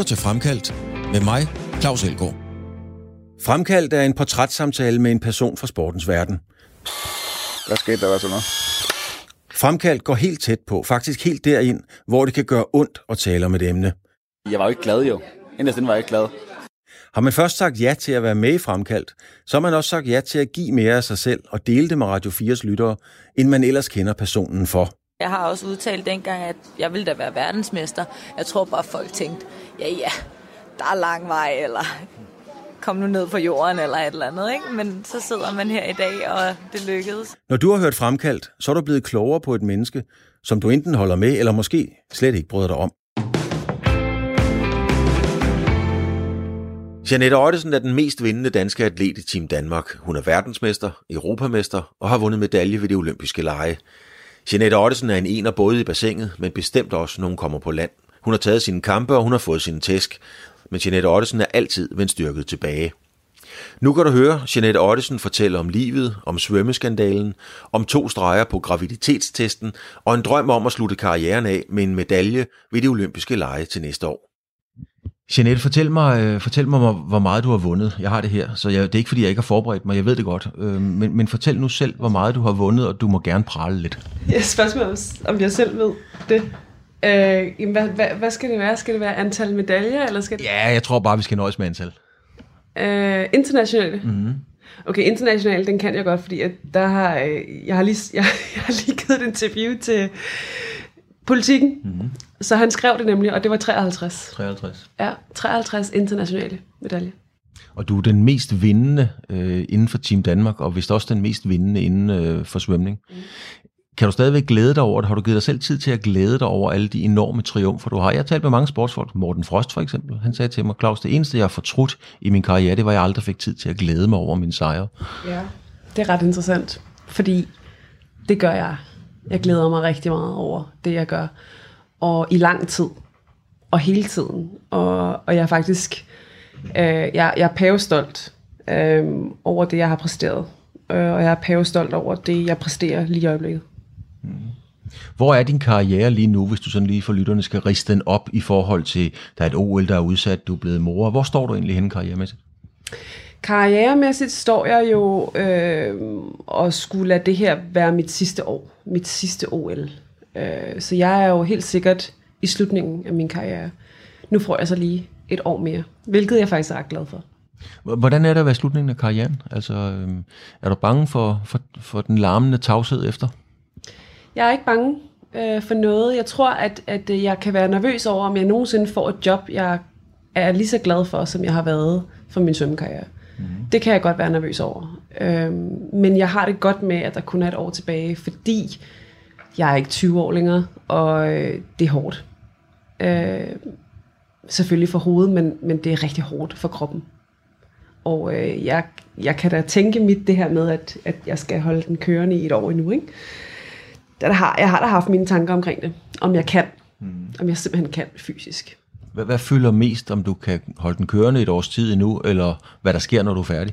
til Fremkaldt med mig, Claus Elgaard. Fremkaldt er en portrætsamtale med en person fra sportens verden. Hvad skete der sådan noget? Fremkaldt går helt tæt på, faktisk helt derind, hvor det kan gøre ondt at tale om et emne. Jeg var jo ikke glad jo. Inderst var jeg ikke glad. Har man først sagt ja til at være med i Fremkaldt, så har man også sagt ja til at give mere af sig selv og dele det med Radio 4's lyttere, end man ellers kender personen for. Jeg har også udtalt dengang, at jeg ville da være verdensmester. Jeg tror bare, folk tænkte, ja, der er lang vej, eller kom nu ned på jorden, eller et eller andet, ikke? Men så sidder man her i dag, og det lykkedes. Når du har hørt Fremkaldt, så er du blevet klogere på et menneske, som du enten holder med, eller måske slet ikke bryder dig om. Jeanette Ottesen er den mest vindende danske atlet i Team Danmark. Hun er verdensmester, europamester og har vundet medalje ved de olympiske lege. Jeanette Ottesen er en ener både i bassinet, men bestemt også, når hun kommer på land. Hun har taget sine kampe, og hun har fået sine tæsk. Men Jeanette Ottesen er altid vendt styrket tilbage. Nu kan du høre Jeanette Ottesen fortælle om livet, om svømmeskandalen, om 2 streger på graviditetstesten og en drøm om at slutte karrieren af med en medalje ved de olympiske lege til næste år. Jeanette, fortæl mig, hvor meget du har vundet. Jeg har det her, så det er ikke, fordi jeg ikke har forberedt mig. Jeg ved det godt. Men fortæl nu selv, hvor meget du har vundet, og du må gerne prale lidt. Jeg spørger om jeg selv ved det. Hvad skal det være? Skal det være antal medaljer? Eller skal det... Ja, jeg tror bare, vi skal nøjes med antal. Internationale? Mm-hmm. Okay, internationale, den kan jeg godt, fordi at jeg har lige givet et interview til Politikken. Mm-hmm. Så han skrev det nemlig, og det var 53. 53? Ja, 53 internationale medaljer. Og du er den mest vindende inden for Team Danmark, og vist også den mest vindende inden for svømning. Mm. Kan du stadigvæk glæde dig over det? Har du givet dig selv tid til at glæde dig over alle de enorme triumfer, du har? Jeg har talt med mange sportsfolk. Morten Frost for eksempel. Han sagde til mig, Claus, det eneste, jeg har fortrudt i min karriere, det var, at jeg aldrig fik tid til at glæde mig over mine sejre. Ja, det er ret interessant, fordi det gør jeg. Jeg glæder mig rigtig meget over det, jeg gør. Og i lang tid. Og hele tiden. Og jeg er faktisk... jeg er pavestolt over det, jeg har præsteret. Og jeg er pavestolt over det, jeg præsterer lige i øjeblikket. Mm. Hvor er din karriere lige nu, hvis du sådan lige for lytterne skal riste den op i forhold til, der er et OL, der er udsat, du er blevet mor. Hvor står du egentlig henne karrieremæssigt? Karrieremæssigt står jeg jo og skulle lade det her være mit sidste år. Mit sidste OL. Så jeg er jo helt sikkert i slutningen af min karriere. Nu får jeg så lige et år mere, hvilket jeg faktisk er glad for. Hvordan er det at være i slutningen af karrieren? Altså, er du bange for den larmende tavshed efter? Jeg er ikke bange for noget. Jeg tror, at jeg kan være nervøs over, om jeg nogensinde får et job, jeg er lige så glad for, som jeg har været for min svømmekarriere. Mm-hmm. Det kan jeg godt være nervøs over. Men jeg har det godt med, at der kun er et år tilbage, fordi jeg er ikke 20 år længere, og det er hårdt. Selvfølgelig for hovedet, men det er rigtig hårdt for kroppen. Og jeg kan da tænke mit det her med, at jeg skal holde den kørende i et år endnu, ikke? Jeg har da haft mine tanker omkring det. Om jeg kan. Om jeg simpelthen kan fysisk. Hvad fylder mest, om du kan holde den kørende et års tid endnu, eller hvad der sker, når du er færdig?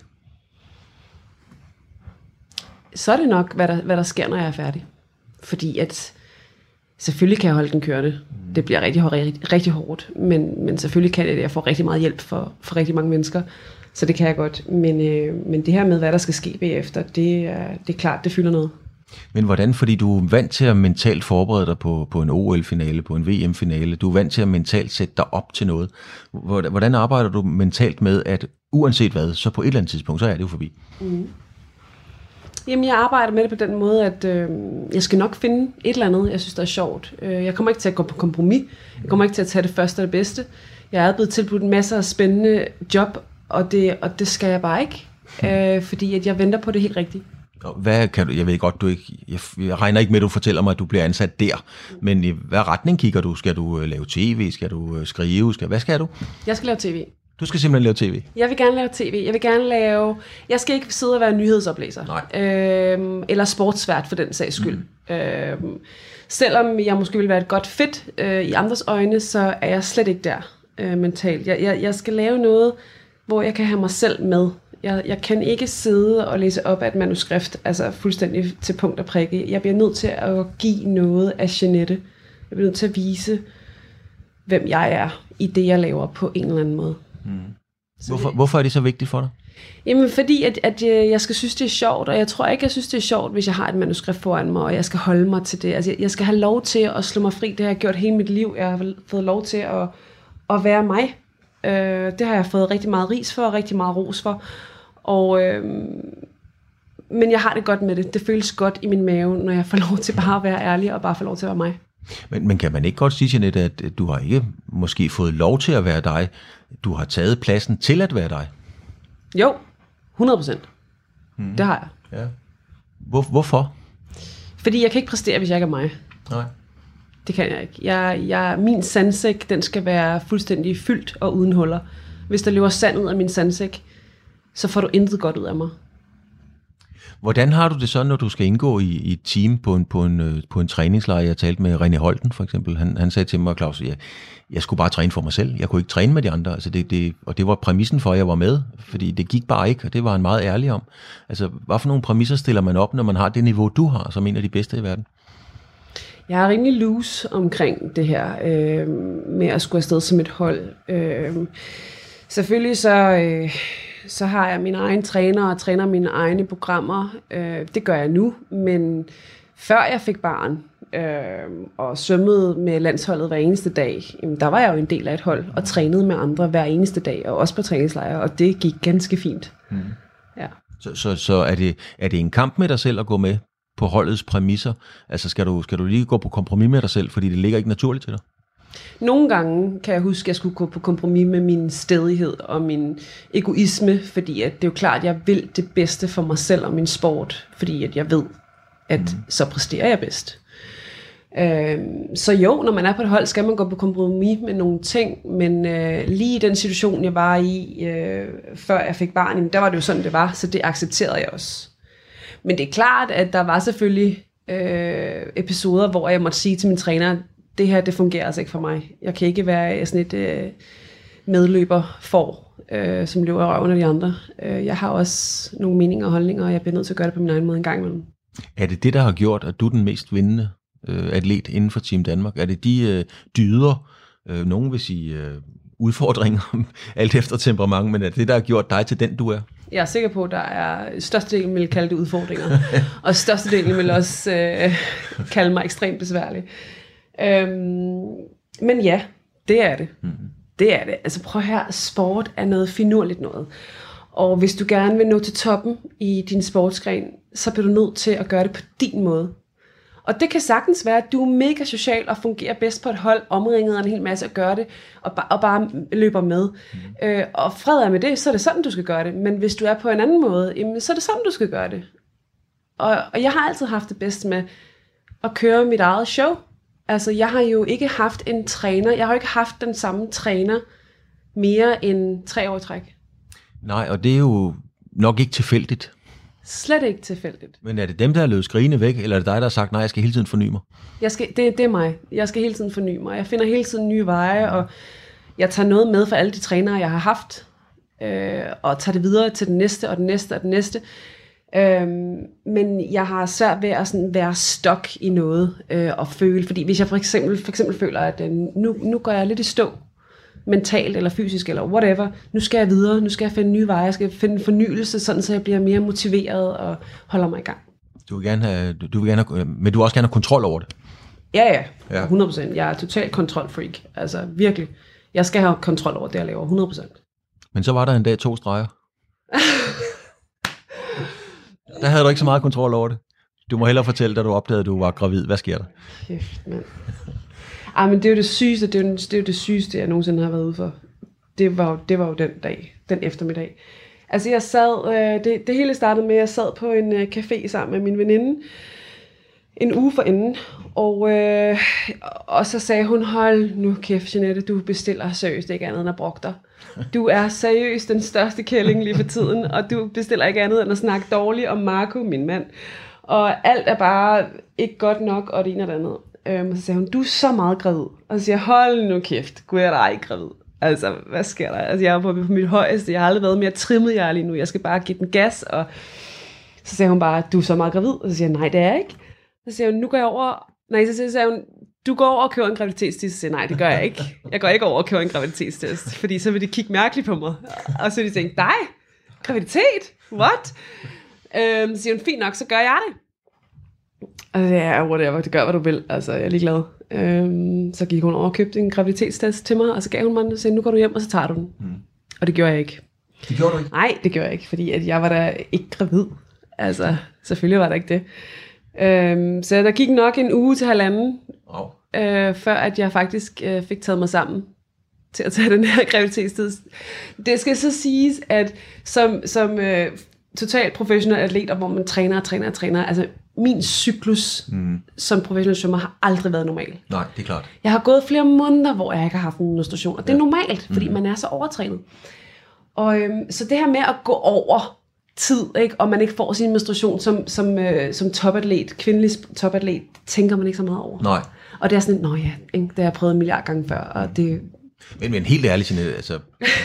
Så er det nok, hvad der sker, når jeg er færdig. Fordi at selvfølgelig kan jeg holde den kørende. Det bliver rigtig hårdt. Men selvfølgelig kan jeg får rigtig meget hjælp for rigtig mange mennesker. Så det kan jeg godt. Men det her med, hvad der skal ske bagefter, det er klart, det fylder noget. Men hvordan? Fordi du er vant til at mentalt forberede dig på en OL-finale, på en VM-finale. Du er vant til at mentalt sætte dig op til noget. Hvordan arbejder du mentalt med, at uanset hvad, så på et eller andet tidspunkt, så er det jo forbi? Mm. Jamen, jeg arbejder med det på den måde, at jeg skal nok finde et eller andet, jeg synes, der er sjovt. Jeg kommer ikke til at gå på kompromis. Jeg kommer ikke til at tage det første og det bedste. Jeg er blevet tilbudt en masse af spændende job, og det skal jeg bare ikke. Fordi at jeg venter på det helt rigtigt. Hvad kan du, jeg ved godt, jeg regner ikke med, at du fortæller mig, at du bliver ansat der, men i hvad retning kigger du? Skal du lave tv? Skal du skrive? Hvad skal du? Jeg skal lave tv. Du skal simpelthen lave tv? Jeg vil gerne lave tv. Jeg skal ikke sidde og være nyhedsoplæser. Eller sportsvært for den sags skyld. Selvom jeg måske vil være et godt fit i andres øjne, så er jeg slet ikke der mentalt. Jeg skal lave noget, hvor jeg kan have mig selv med. Jeg kan ikke sidde og læse op af et manuskript, altså fuldstændig til punkt og prikke. Jeg bliver nødt til at give noget af Jeanette. Jeg bliver nødt til at vise, hvem jeg er i det, jeg laver på en eller anden måde. Hvorfor er det så vigtigt for dig? Jamen fordi, at jeg skal synes, det er sjovt, og jeg tror ikke, jeg synes, det er sjovt, hvis jeg har et manuskript foran mig, og jeg skal holde mig til det. Altså, jeg skal have lov til at slå mig fri. Det har jeg gjort hele mit liv. Jeg har fået lov til at være mig. Det har jeg fået rigtig meget ris for, og rigtig meget ros for. Men jeg har det godt med det. Det føles godt i min mave, når jeg får lov til bare at være ærlig, og bare få lov til at være mig. Men kan man ikke godt sige, Jeanette, at du har ikke måske fået lov til at være dig? Du har taget pladsen til at være dig? Jo, 100%. Det har jeg. Ja. Hvorfor? Fordi jeg kan ikke præstere, hvis jeg ikke er mig. Nej. Det kan jeg ikke. Min sandsæk, den skal være fuldstændig fyldt og uden huller. Hvis der løber sand ud af min sandsæk, så får du intet godt ud af mig. Hvordan har du det så, når du skal indgå i et team på en træningslejr? Jeg talte med René Holten for eksempel. Han sagde til mig, Claus, jeg skulle bare træne for mig selv. Jeg kunne ikke træne med de andre. Altså og det var præmissen for, at jeg var med. Fordi det gik bare ikke, og det var han meget ærlig om. Altså, hvad for nogle præmisser stiller man op, når man har det niveau, du har, som en af de bedste i verden? Jeg er rimelig loose omkring det her med at skulle afsted som et hold. Selvfølgelig så har jeg mine egne træner og træner mine egne programmer. Det gør jeg nu, men før jeg fik barn og svømmede med landsholdet hver eneste dag, der var jeg jo en del af et hold og trænede med andre hver eneste dag, og også på træningslejre, og det gik ganske fint. Ja. Så er det en kamp med dig selv at gå med på holdets præmisser? Altså skal du lige gå på kompromis med dig selv, fordi det ligger ikke naturligt til dig? Nogle gange kan jeg huske, at jeg skulle gå på kompromis med min stædighed og min egoisme, fordi at det er jo klart, at jeg vil det bedste for mig selv og min sport, fordi at jeg ved, at så præsterer jeg bedst. Så jo, når man er på et hold, skal man gå på kompromis med nogle ting, men lige i den situation, jeg var i, før jeg fik barn, der var det jo sådan, det var, så det accepterede jeg også. Men det er klart, at der var selvfølgelig episoder, hvor jeg måtte sige til min træner, det her, det fungerer altså ikke for mig. Jeg kan ikke være sådan et medløber som løber i røven af de andre. Jeg har også nogle meninger og holdninger, og jeg bliver nødt til at gøre det på min egen måde en gang imellem. Er det det, der har gjort, at du er den mest vindende atlet inden for Team Danmark? Er det de dyder, nogen vil sige udfordringer, alt efter temperament, men er det, der har gjort dig til den, du er? Jeg er sikker på, at der er størstedelen vil kalde det udfordringer, og størstedelen vil også kalde mig ekstremt besværlig. Men ja, det er det. Det er det. Altså prøv at høre, sport er noget finurligt noget. Og hvis du gerne vil nå til toppen i din sportsgren, så bliver du nødt til at gøre det på din måde. Og det kan sagtens være, at du er mega social og fungerer bedst på et hold, omringet af en hel masse og gør det, og bare løber med. Og fred er med det, så er det sådan, du skal gøre det. Men hvis du er på en anden måde, så er det sådan, du skal gøre det. Og jeg har altid haft det bedst med at køre mit eget show. Altså, jeg har jo ikke haft en træner. Jeg har jo ikke haft den samme træner mere end 3 år i træk. Nej, og det er jo nok ikke tilfældigt. Slet ikke tilfældigt. Men er det dem, der er løbet skrigende væk, eller er det dig, der har sagt, nej, jeg skal hele tiden forny mig? Det er mig. Jeg skal hele tiden forny mig. Jeg finder hele tiden nye veje, og jeg tager noget med fra alle de trænere, jeg har haft, og tager det videre til den næste, og den næste, og den næste. Men jeg har svært ved at sådan være stok i noget og føle, fordi hvis jeg for eksempel føler, at nu går jeg lidt i stå, mentalt eller fysisk eller whatever, nu skal jeg videre, nu skal jeg finde nye veje, jeg skal finde fornyelse, sådan så jeg bliver mere motiveret og holder mig i gang. Du vil gerne have, men du vil også gerne have kontrol over det? Ja. 100%. Jeg er totalt kontrolfreak, altså virkelig. Jeg skal have kontrol over det, jeg laver, 100%. Men så var der en dag 2 streger. Der havde du ikke så meget kontrol over det. Du må hellere fortælle, da du opdagede, at du var gravid. Hvad sker der? Kæft, mand. Men det er jo det sygeste, det er jo det sygeste, jeg nogensinde har været ude for. Det var jo den dag, den eftermiddag. Altså jeg sad, det hele startede med, at jeg sad på en café sammen med min veninde, en uge forinden, og så sagde hun, hold nu kæft, Jeanette, du bestiller seriøst ikke andet end at brokke dig. Du er seriøst den største kælling lige for tiden, og du bestiller ikke andet end at snakke dårligt om Marco, min mand. Og alt er bare ikke godt nok, og det ene og det andet. Og så sagde hun, du er så meget gravid. Og så siger jeg, hold nu kæft, gud, jeg er da ikke gravid. Altså, hvad sker der? Altså, jeg er på mit højeste, jeg har aldrig været mere trimmet jeg lige nu, jeg skal bare give den gas. Og så sagde hun bare, du er så meget gravid. Og så siger jeg, nej, det er jeg ikke. Så siger hun, nu går jeg over. Nej, så siger hun, du går over og køber en graviditetstest. Så nej, det gør jeg ikke. Jeg går ikke over og køber en graviditetstest, fordi så vil de kigge mærkeligt på mig. Og så vil de tænke, dig? Graviditet? What? Så siger hun, fint nok, så gør jeg det. Og ja, whatever, det gør, hvad du vil. Altså, jeg er ligeglad. Så gik hun over og købte en graviditetstest til mig, og så gav hun mig den og sagde, nu går du hjem, og så tager du den. Og det gjorde jeg ikke. Det gjorde du ikke? Nej, det gjorde jeg ikke, fordi at jeg var da ikke gravid. Altså, selvfølgelig var der ikke det. Så der gik nok en uge til 1,5, før at jeg faktisk fik taget mig sammen til at tage den her graviditetstest. Det skal så siges, at som totalt professionel atlet, hvor man træner, altså min cyklus som professionel svømmer har aldrig været normal. Nej, det er klart. Jeg har gået flere måneder, hvor jeg ikke har haft en menstruation, og det er normalt, fordi man er så overtrænet. Og så det her med at gå over tid, ikke, og man ikke får sin menstruation som topatlet, kvindelig topatlet, tænker man ikke så meget over. Nej. Og det er sådan, nå ja, ikke, det har jeg prøvet en milliard gange før, og det... Men helt ærligt, Jeanette, altså,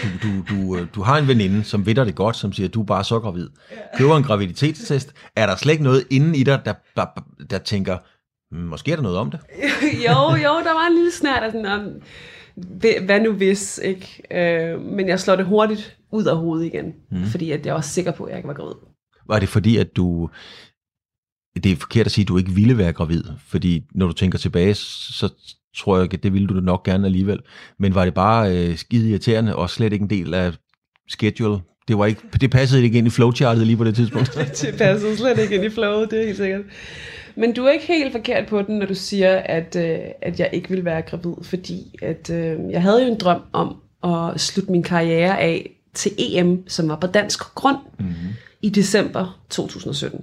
du har en veninde, som ved dig det godt, som siger, at du er bare så gravid. Køber en graviditetstest. Er der slet ikke noget inden i dig, der tænker, måske er der noget om det? jo, der var en lille snært af sådan, hvad nu hvis, ikke? Men jeg slår det hurtigt ud af hovedet igen, fordi at jeg var sikker på, at jeg ikke var gravid. Var det fordi, at det er forkert at sige, at du ikke ville være gravid? Fordi når du tænker tilbage, så tror jeg, at det ville du nok gerne alligevel. Men var det bare skide irriterende og slet ikke en del af schedule? Det passede ikke ind i flowchartet lige på det tidspunkt. Det passede slet ikke ind i flowet, det er helt sikkert. Men du er ikke helt forkert på den, når du siger, at jeg ikke ville være gravid, fordi at, jeg havde jo en drøm om at slutte min karriere af til EM, som var på dansk grund, i december 2017.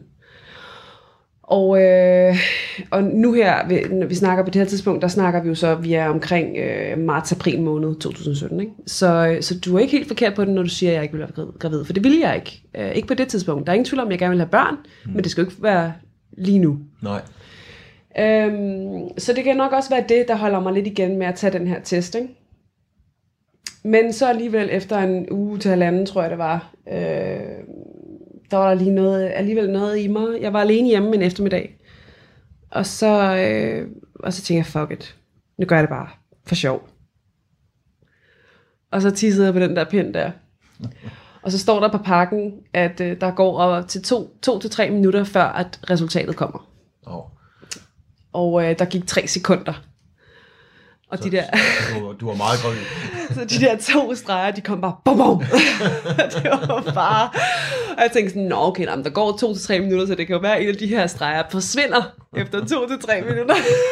Og nu her, når vi snakker på det her tidspunkt, der snakker vi jo så, vi er omkring marts-april måned 2017, ikke? Så du er ikke helt forkert på den, når du siger, at jeg ikke vil være gravid, for det vil jeg ikke. Ikke på det tidspunkt. Der er ingen tvivl om, at jeg gerne vil have børn, men det skal jo ikke være lige nu. Nej. Så det kan nok også være det, der holder mig lidt igen med at tage den her test, ikke? Men så alligevel efter en uge til 1,5, tror jeg det var, der var der alligevel noget i mig. Jeg var alene hjemme en eftermiddag. Og så tænkte jeg, fuck it. Nu gør jeg det bare. For sjov. Og så tissede jeg på den der pind der. Og så står der på pakken, at der går over til 2 til 3 minutter, før at resultatet kommer. Og der gik 3 sekunder. Og de der... du var meget gravid. Så de der 2 streger, de kom bare bum bum. Det var bare... Og jeg tænkte sådan, okay, der går 2 til 3 minutter, så det kan jo være, at en af de her streger forsvinder efter 2 til 3 minutter.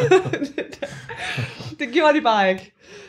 Det gjorde de bare ikke.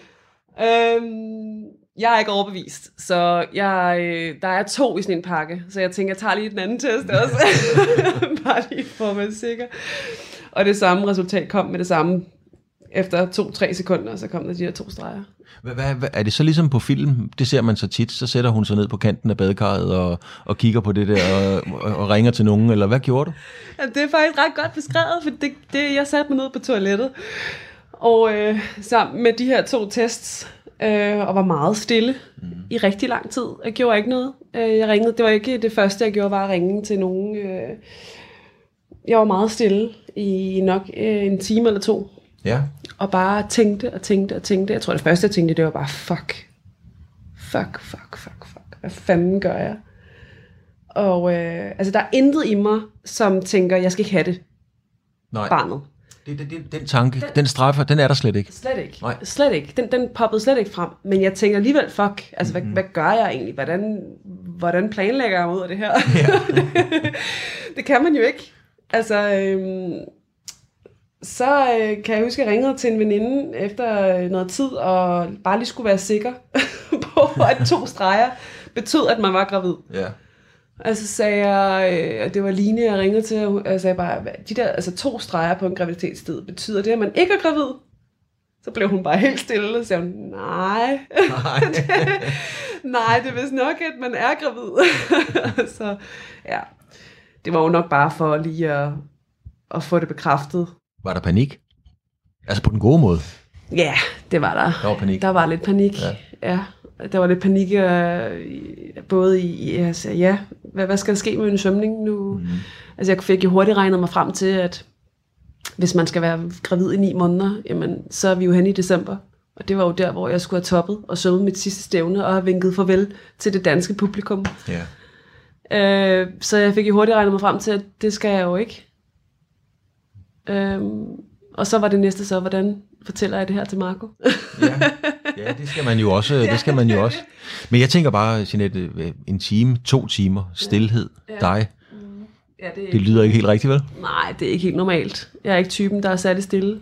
Jeg er ikke overbevist, så der er 2 i sådan en pakke, så jeg tænker, jeg tager lige den anden test også. Bare lige for at være sikker. Og det samme resultat kom med det samme. Efter 2-3 sekunder, så kom der de her 2 streger. Er det så ligesom på film? Det ser man så tit. Så sætter hun sig ned på kanten af badekarret og kigger på det der og ringer til nogen, eller hvad gjorde du? Ja, det er faktisk ret godt beskrevet, for jeg satte mig ned på toilettet, og sammen med de her 2 tests, og var meget stille i rigtig lang tid. Jeg gjorde ikke noget. Jeg ringede. Det var ikke det første, jeg gjorde, var at ringe til nogen. Jeg var meget stille i nok en time eller 2. Ja. Og bare tænkte. Jeg tror, det første, jeg tænkte, det var bare, fuck. Hvad fanden gør jeg? Og der er intet i mig, som tænker, jeg skal ikke have det. Nej. Barnet. Den tanke, den straffer, den er der slet ikke. Slet ikke. Nej. Slet ikke. Den poppede slet ikke frem. Men jeg tænker alligevel, fuck. Altså, hvad gør jeg egentlig? Hvordan planlægger jeg ud af det her? Ja. Det kan man jo ikke. Altså... Så kan jeg huske, at jeg ringede til en veninde efter noget tid, og bare lige skulle være sikker på, at 2 streger betød, at man var gravid. Ja. Altså sagde jeg, at det var Line, jeg ringede til, og jeg sagde bare, de der 2 streger på en graviditetstid, betyder det, at man ikke er gravid? Så blev hun bare helt stille, og sagde hun, nej. Nej, det er vist nok, at man er gravid. Så ja, det var jo nok bare for lige at få det bekræftet. Var der panik? Altså på den gode måde? Ja, det var der. Der var panik? Der var lidt panik, ja. Der var lidt panik, både i altså, ja, hvad skal der ske med en svømning nu? Altså jeg fik jo hurtigt regnet mig frem til, hvis man skal være gravid i 9 måneder, jamen, så er vi jo hen i december. Og det var jo der, hvor jeg skulle have toppet og søget mit sidste stævne og have vinket farvel til det danske publikum. Ja. Så jeg fik jo hurtigt regnet mig frem til, at det skal jeg jo ikke. Og så var det næste så, hvordan fortæller jeg det her til Marco? Ja, det skal man jo også. Det skal man jo også. Men jeg tænker bare, Jeanette, 1 time, 2 timer, stilhed, dig. Ja, det lyder ikke helt rigtigt, vel? Nej, det er ikke helt normalt. Jeg er ikke typen, der er særlig stille.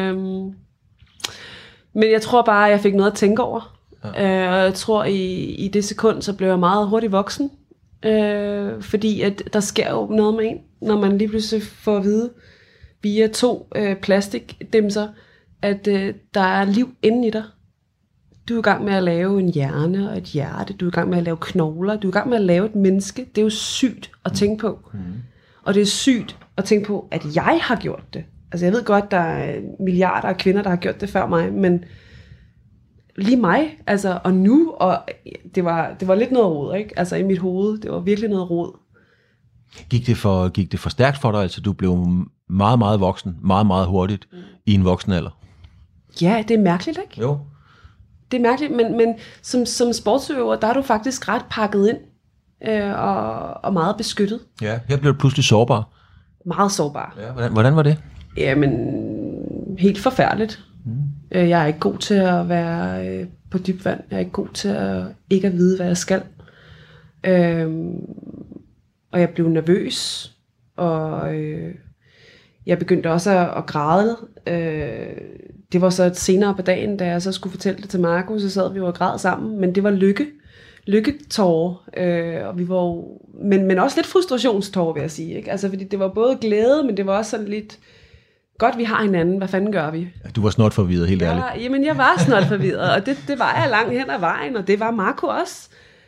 Men jeg tror bare, at jeg fik noget at tænke over. Ja. Og jeg tror, i det sekund, så blev jeg meget hurtigt voksen. Fordi at der sker jo noget med en, når man lige pludselig får at vide, via 2 plastikdimser, at der er liv inde i dig. Du er i gang med at lave en hjerne og et hjerte. Du er i gang med at lave knogler. Du er i gang med at lave et menneske. Det er jo sygt at tænke på. Og det er sygt at tænke på, at jeg har gjort det. Altså jeg ved godt, der er milliarder af kvinder, der har gjort det før mig, men lige mig, altså, og nu, og det var lidt noget rod, ikke? Altså i mit hoved, det var virkelig noget rod. Gik det for stærkt for dig, altså du blev meget, meget voksen, meget, meget hurtigt i en voksen alder? Ja, det er mærkeligt, ikke? Jo. Det er mærkeligt, men som sportsøver, der er du faktisk ret pakket ind, og meget beskyttet. Ja, her blev du pludselig sårbar. Meget sårbar. Ja, hvordan var det? Jamen, helt forfærdeligt. Jeg er ikke god til at være på dyb vand. Jeg er ikke god til at ikke at vide, hvad jeg skal. Og jeg blev nervøs, og jeg begyndte også at græde. Det var så senere på dagen, da jeg så skulle fortælle det til Marco, så sad vi jo og græd sammen, men det var lykketårer, og vi var jo, men også lidt frustrationstårer, vil jeg sige, ikke? Altså, fordi det var både glæde, men det var også sådan lidt, godt vi har hinanden, hvad fanden gør vi? Du var snart forvirret, helt ærligt. Jamen, jeg var snart forvirret, og det var jeg langt hen ad vejen, og det var Marco også.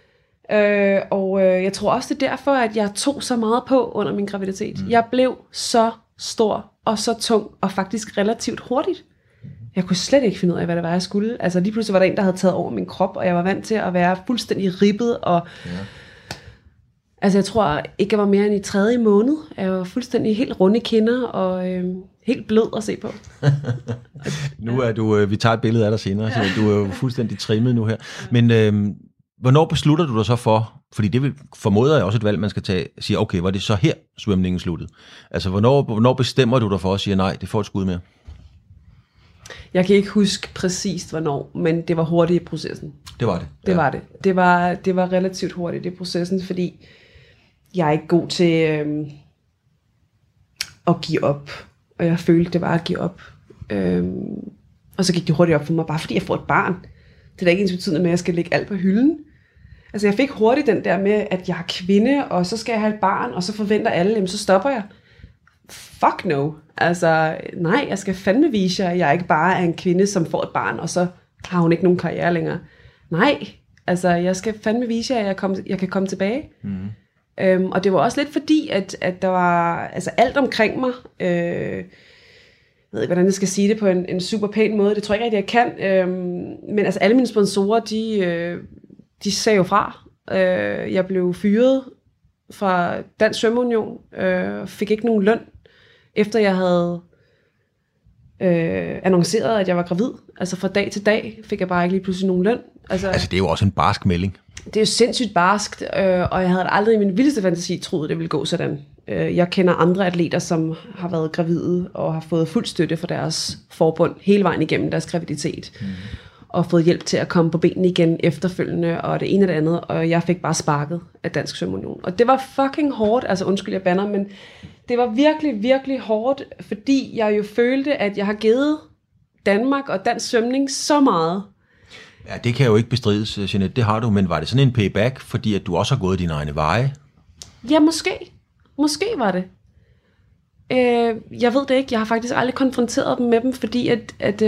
Jeg tror også, det er derfor, at jeg tog så meget på under min graviditet. Jeg blev så stor og så tung, og faktisk relativt hurtigt. Jeg kunne slet ikke finde ud af, hvad det var, jeg skulle. Altså lige pludselig var der en, der havde taget over min krop, og jeg var vant til at være fuldstændig ribbet. Og altså jeg tror ikke, jeg var mere end i 3. måned. Jeg var fuldstændig helt runde kinder, og helt blød at se på. Nu er du, vi tager et billede af dig senere, så du er jo fuldstændig trimmet nu her. Men hvornår beslutter du dig så for, fordi det formoder jeg også et valg, man skal tage, sige, okay, var det så her, svømningen sluttede? Altså, hvornår bestemmer du dig for at sige, nej, det får et skud mere? Jeg kan ikke huske præcist, hvornår, men det var hurtigt i processen. Det var det? Det var det. Det var relativt hurtigt i processen, fordi jeg er ikke god til at give op. Og jeg følte, det var at give op. Og så gik det hurtigt op for mig, bare fordi jeg får et barn. Det er da ikke ens betydende med, at jeg skal lægge alt på hylden. Altså jeg fik hurtigt den der med, at jeg er kvinde, og så skal jeg have et barn, og så forventer alle, jamen så stopper jeg. Fuck no. Altså nej, jeg skal fandme vise jer, at jeg ikke bare er en kvinde, som får et barn, og så har hun ikke nogen karriere længere. Nej, altså jeg skal fandme vise jer, at jeg kan komme tilbage. Og det var også lidt fordi, at der var altså alt omkring mig, jeg ved ikke, hvordan jeg skal sige det på en super pæn måde, det tror jeg ikke rigtig, jeg kan, men altså alle mine sponsorer, de sagde jo fra. Jeg blev fyret fra Dansk Svømmeunion, fik ikke nogen løn, efter jeg havde annonceret, at jeg var gravid. Altså fra dag til dag fik jeg bare ikke lige pludselig nogen løn. Altså det er jo også en barsk melding. Det er jo sindssygt barskt, og jeg havde aldrig i min vildeste fantasi troet, det ville gå sådan. Jeg kender andre atleter, som har været gravide og har fået fuld støtte fra deres forbund hele vejen igennem deres graviditet. Og fået hjælp til at komme på benene igen efterfølgende, og det ene og det andet, og jeg fik bare sparket af Dansk Svømmeunion. Og det var fucking hårdt, altså undskyld jeg bander, men det var virkelig, virkelig hårdt, fordi jeg jo følte, at jeg har givet Danmark og dansk svømning så meget. Ja, det kan jo ikke bestrides, Jeanette, det har du, men var det sådan en payback, fordi at du også har gået dine egne veje? Ja, måske. Måske var det. Jeg ved det ikke, jeg har faktisk aldrig konfronteret dem med dem, fordi at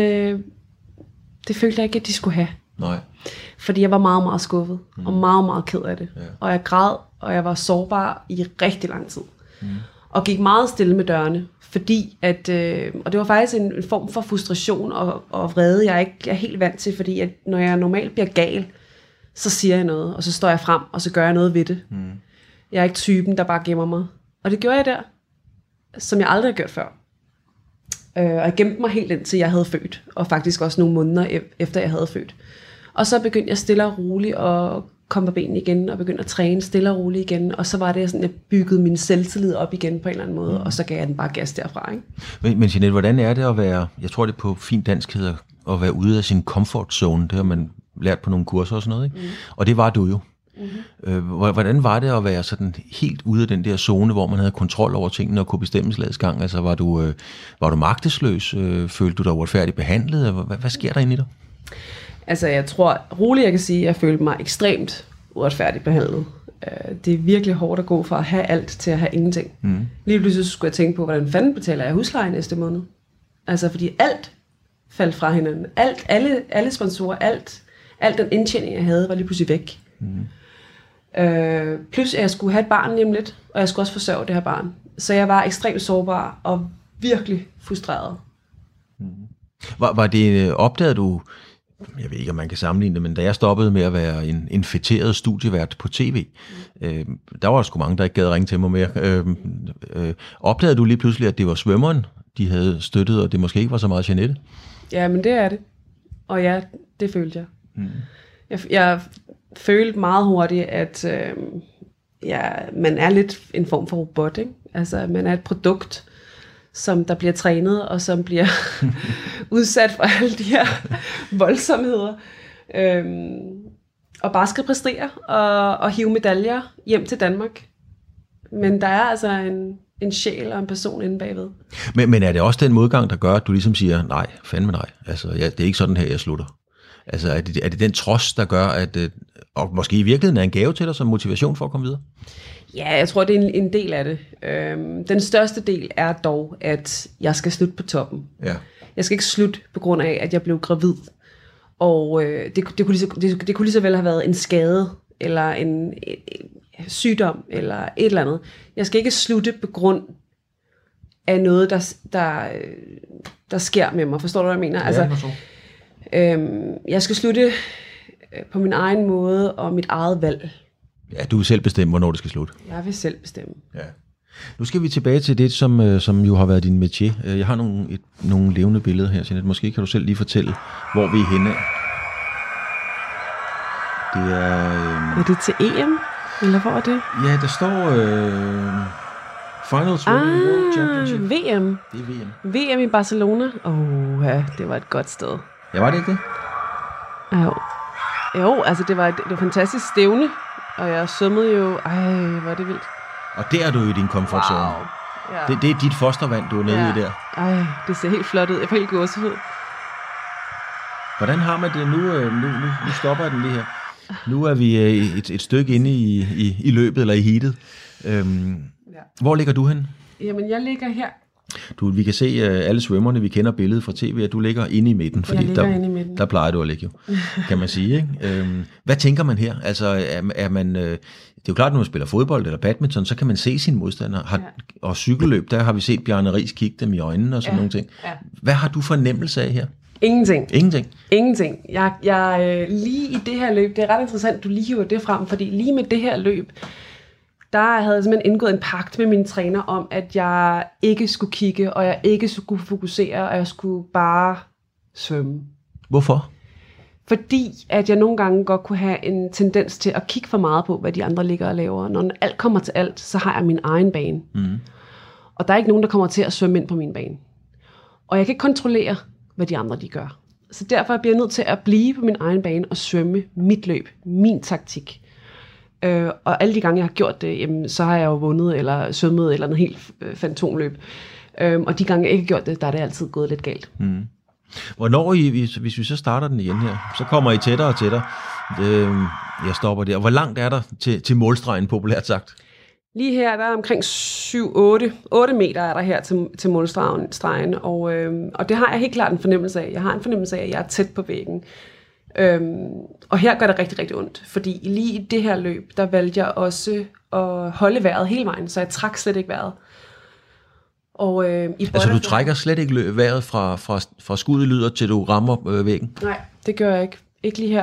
det følte jeg ikke, at de skulle have. Nej. Fordi jeg var meget, meget skuffet, og meget, meget ked af det. Ja. Og jeg græd, og jeg var sårbar i rigtig lang tid. Og gik meget stille med dørene, fordi at, og det var faktisk en form for frustration og vrede, jeg ikke er helt vant til, fordi at når jeg normalt bliver gal, så siger jeg noget, og så står jeg frem, og så gør jeg noget ved det. Jeg er ikke typen, der bare gemmer mig. Og det gjorde jeg der, som jeg aldrig har gjort før. Og jeg gemte mig helt indtil jeg havde født, og faktisk også nogle måneder efter jeg havde født. Og så begyndte jeg stille og roligt at komme på benene igen, og begyndte at træne stille og roligt igen, og så var det sådan, at jeg byggede min selvtillid op igen på en eller anden måde, og så gav jeg den bare gas derfra. Ikke? Men Jeanette, hvordan er det at være, jeg tror det på fint dansk hedder, at være ude af sin comfort zone, det har man lært på nogle kurser og sådan noget, ikke? Og det var du jo. Hvordan var det at være sådan helt ude af den der zone, hvor man havde kontrol over tingene og kunne bestemme slagets gang? Altså var du magtesløs? Følte du dig uretfærdigt behandlet? Hvad sker der inde i dig? Altså jeg tror roligt jeg kan sige, at jeg følte mig ekstremt uretfærdigt behandlet. Det er virkelig hårdt at gå fra at have alt til at have ingenting. Lige pludselig skulle jeg tænke på, hvordan fanden betaler jeg husleje næste måned? Altså fordi alt faldt fra hinanden. Alle sponsorer, alt den indtjening jeg havde, var lige pludselig væk. Plus at jeg skulle have et barn lige om lidt, og jeg skulle også forsørge det her barn. Så jeg var ekstremt sårbar og virkelig frustreret. Var det opdaget du, jeg ved ikke om man kan sammenligne det, men da jeg stoppede med at være en infekteret studievært på tv, der var sgu mange, der ikke gad ringe til mig mere. Opdagede du lige pludselig, at det var svømmeren, de havde støttet, og det måske ikke var så meget Jeanette? Ja, men det er det. Og ja, det følte jeg. Jeg følte meget hurtigt, at man er lidt en form for robot, ikke? Altså, man er et produkt, som der bliver trænet, og som bliver udsat for alle de her voldsomheder. Og bare skal præstere og hive medaljer hjem til Danmark. Men der er altså en sjæl og en person inde bagved. Men er det også den modgang, der gør, at du ligesom siger, nej, fandme nej. Altså, det er ikke sådan her, jeg slutter. Altså, er det den trods, der gør, at, og måske i virkeligheden er en gave til dig som motivation for at komme videre? Ja, jeg tror, det er en del af det. Den største del er dog, at jeg skal slutte på toppen. Ja. Jeg skal ikke slutte på grund af, at jeg blev gravid. Og det kunne lige så vel have været en skade, eller en sygdom, eller et eller andet. Jeg skal ikke slutte på grund af noget, der sker med mig. Forstår du, hvad jeg mener? Ja, altså, jeg skal slutte på min egen måde og mit eget valg. Ja, du vil selv bestemme, hvornår det skal slutte. Jeg vil selv bestemme. Ja. Nu skal vi tilbage til det, som jo har været din métier. Jeg har nogle levende billeder her, Jeanette. Måske kan du selv lige fortælle, hvor vi er henne. Det er... Er det til EM? Eller hvor er det? Ja, der står Final Swimming World Championship. VM. Det er VM. VM i Barcelona. Ja, det var et godt sted. Ja, var det ikke det? Jo, altså det var et fantastisk stævne. Og jeg svømmede jo... hvor er det vildt. Og der er du i din komfortzone. Wow. Ja. Det er dit fostervand, du er nede i der. Det ser helt flot ud. Jeg får helt gåsehud. Hvordan har man det nu? Nu stopper jeg den lige her. Nu er vi et stykke inde i løbet, eller i heatet. Hvor ligger du hen? Jamen, jeg ligger her. Vi kan se alle svømmerne, vi kender billedet fra tv, at du ligger inde i midten, fordi der plejer du at ligge jo, kan man sige. Ikke? Hvad tænker man her? Altså, er man, det er jo klart, når man spiller fodbold eller badminton, så kan man se sine modstandere. Og cykelløb, der har vi set Bjarne Riis kigge dem i øjnene og sådan nogle ting. Ja. Hvad har du fornemmelse af her? Ingenting. Ingenting? Jeg lige i det her løb, det er ret interessant, du lige hiver det frem, fordi lige med det her løb, der havde jeg simpelthen indgået en pagt med mine træner om, at jeg ikke skulle kigge, og jeg ikke skulle fokusere, og jeg skulle bare svømme. Hvorfor? Fordi at jeg nogle gange godt kunne have en tendens til at kigge for meget på, hvad de andre ligger og laver. Når alt kommer til alt, så har jeg min egen bane. Og der er ikke nogen, der kommer til at svømme ind på min bane. Og jeg kan ikke kontrollere, hvad de andre de gør. Så derfor bliver jeg nødt til at blive på min egen bane og svømme mit løb, min taktik. Og alle de gange, jeg har gjort det, jamen, så har jeg jo vundet, eller svømmet, eller noget helt fantomløb. Og de gange, jeg ikke har gjort det, der er det altid gået lidt galt. Hvornår, hvis vi så starter den igen her, så kommer I tættere og tættere. Jeg stopper der. Hvor langt er der til målstregen, populært sagt? Lige her, der er omkring 8 meter er der her til målstregen, og det har jeg helt klart en fornemmelse af. Jeg har en fornemmelse af, at jeg er tæt på væggen. Og her gør det rigtig, rigtig ondt, fordi lige i det her løb, der valgte jeg også at holde vejret hele vejen, så jeg trak slet ikke vejret. Og, altså du trækker slet ikke vejret fra skuddet lyder, til du rammer væggen? Nej, det gør jeg ikke. Ikke lige her.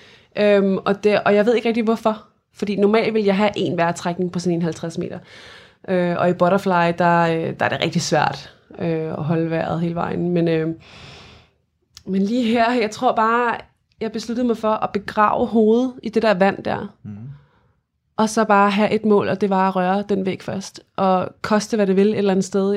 Og jeg ved ikke rigtig hvorfor, fordi normalt vil jeg have en vejrtrækning på sådan en 50 meter. Og i butterfly, der er det rigtig svært og holde vejret hele vejen. Men lige her, jeg tror bare, jeg besluttede mig for at begrave hovedet i det der vand der. Og så bare have et mål, og det var at røre den væg først. Og koste hvad det vil et eller andet sted.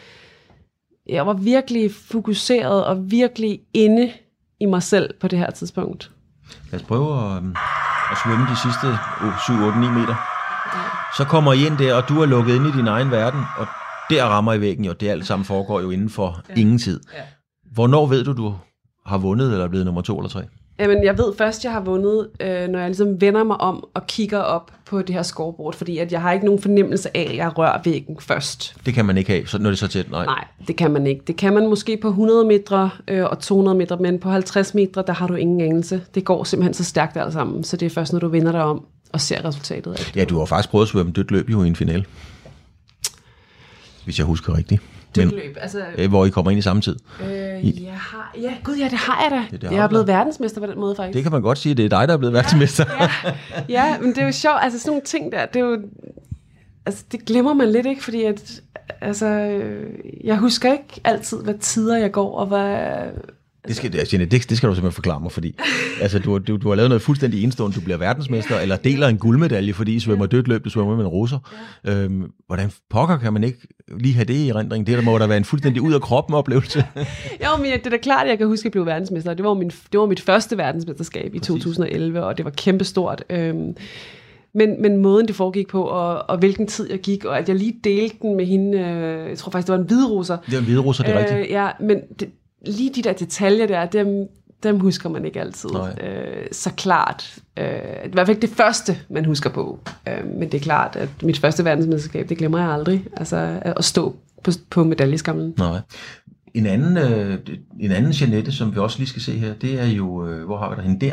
Jeg var virkelig fokuseret og virkelig inde i mig selv på det her tidspunkt. Lad os prøve at svømme de sidste 7, 8, 9 meter. Så kommer I ind der, og du er lukket ind i din egen verden, og der rammer I væggen jo. Det alt sammen foregår jo inden for ingen tid. Hvornår ved du har vundet, eller er blevet nummer 2 eller 3? Jamen, jeg ved først, jeg har vundet, når jeg ligesom vender mig om og kigger op på det her scoreboard, fordi at jeg har ikke nogen fornemmelse af, at jeg rører væggen først. Det kan man ikke have, når det er så tæt? Nej, det kan man ikke. Det kan man måske på 100 meter og 200 meter, men på 50 meter, der har du ingen anelse. Det går simpelthen så stærkt alt sammen, så det er først, når du vender dig om og ser resultatet af det. Ja, du har faktisk prøvet at svømme dødt løb jo i en finale. Hvis jeg husker rigtigt. Dødløb, altså... Hvor I kommer ind i samme tid. Det har jeg da. Jeg er blevet verdensmester på den måde, faktisk. Det kan man godt sige, det er dig, der er blevet verdensmester. Ja, men det er jo sjovt. Altså sådan nogle ting der, det er jo... Altså, det glemmer man lidt, ikke? Fordi at... Altså, jeg husker ikke altid, hvad tider jeg går, og hvad... Det skal du simpelthen forklare mig, fordi altså, du har lavet noget fuldstændig enestående. Du bliver verdensmester, eller deler en guldmedalje, fordi I svømmer dødt løb, du svømmer med en russer. Hvordan pokker kan man ikke lige have det i erindring? Det der må der være en fuldstændig ud af kroppen oplevelse. Jo, men det er da klart, at jeg kan huske, at jeg blev verdensmester. Det var mit første verdensmesterskab i 2011, og det var kæmpestort. Men måden det foregik på, og hvilken tid jeg gik, og at jeg lige delte den med hende, jeg tror faktisk, det var en hviderusser. Det var en hviderusser, det er rigtigt. Ja, men lige de der detaljer der, dem husker man ikke altid så klart. I hvert fald ikke det første, man husker på. Men det er klart, at mit første verdensmesterskab, det glemmer jeg aldrig. Altså at stå på medaljeskamlen. Nej. En anden Jeanette, som vi også lige skal se her, det er jo, hvor har vi der hende der?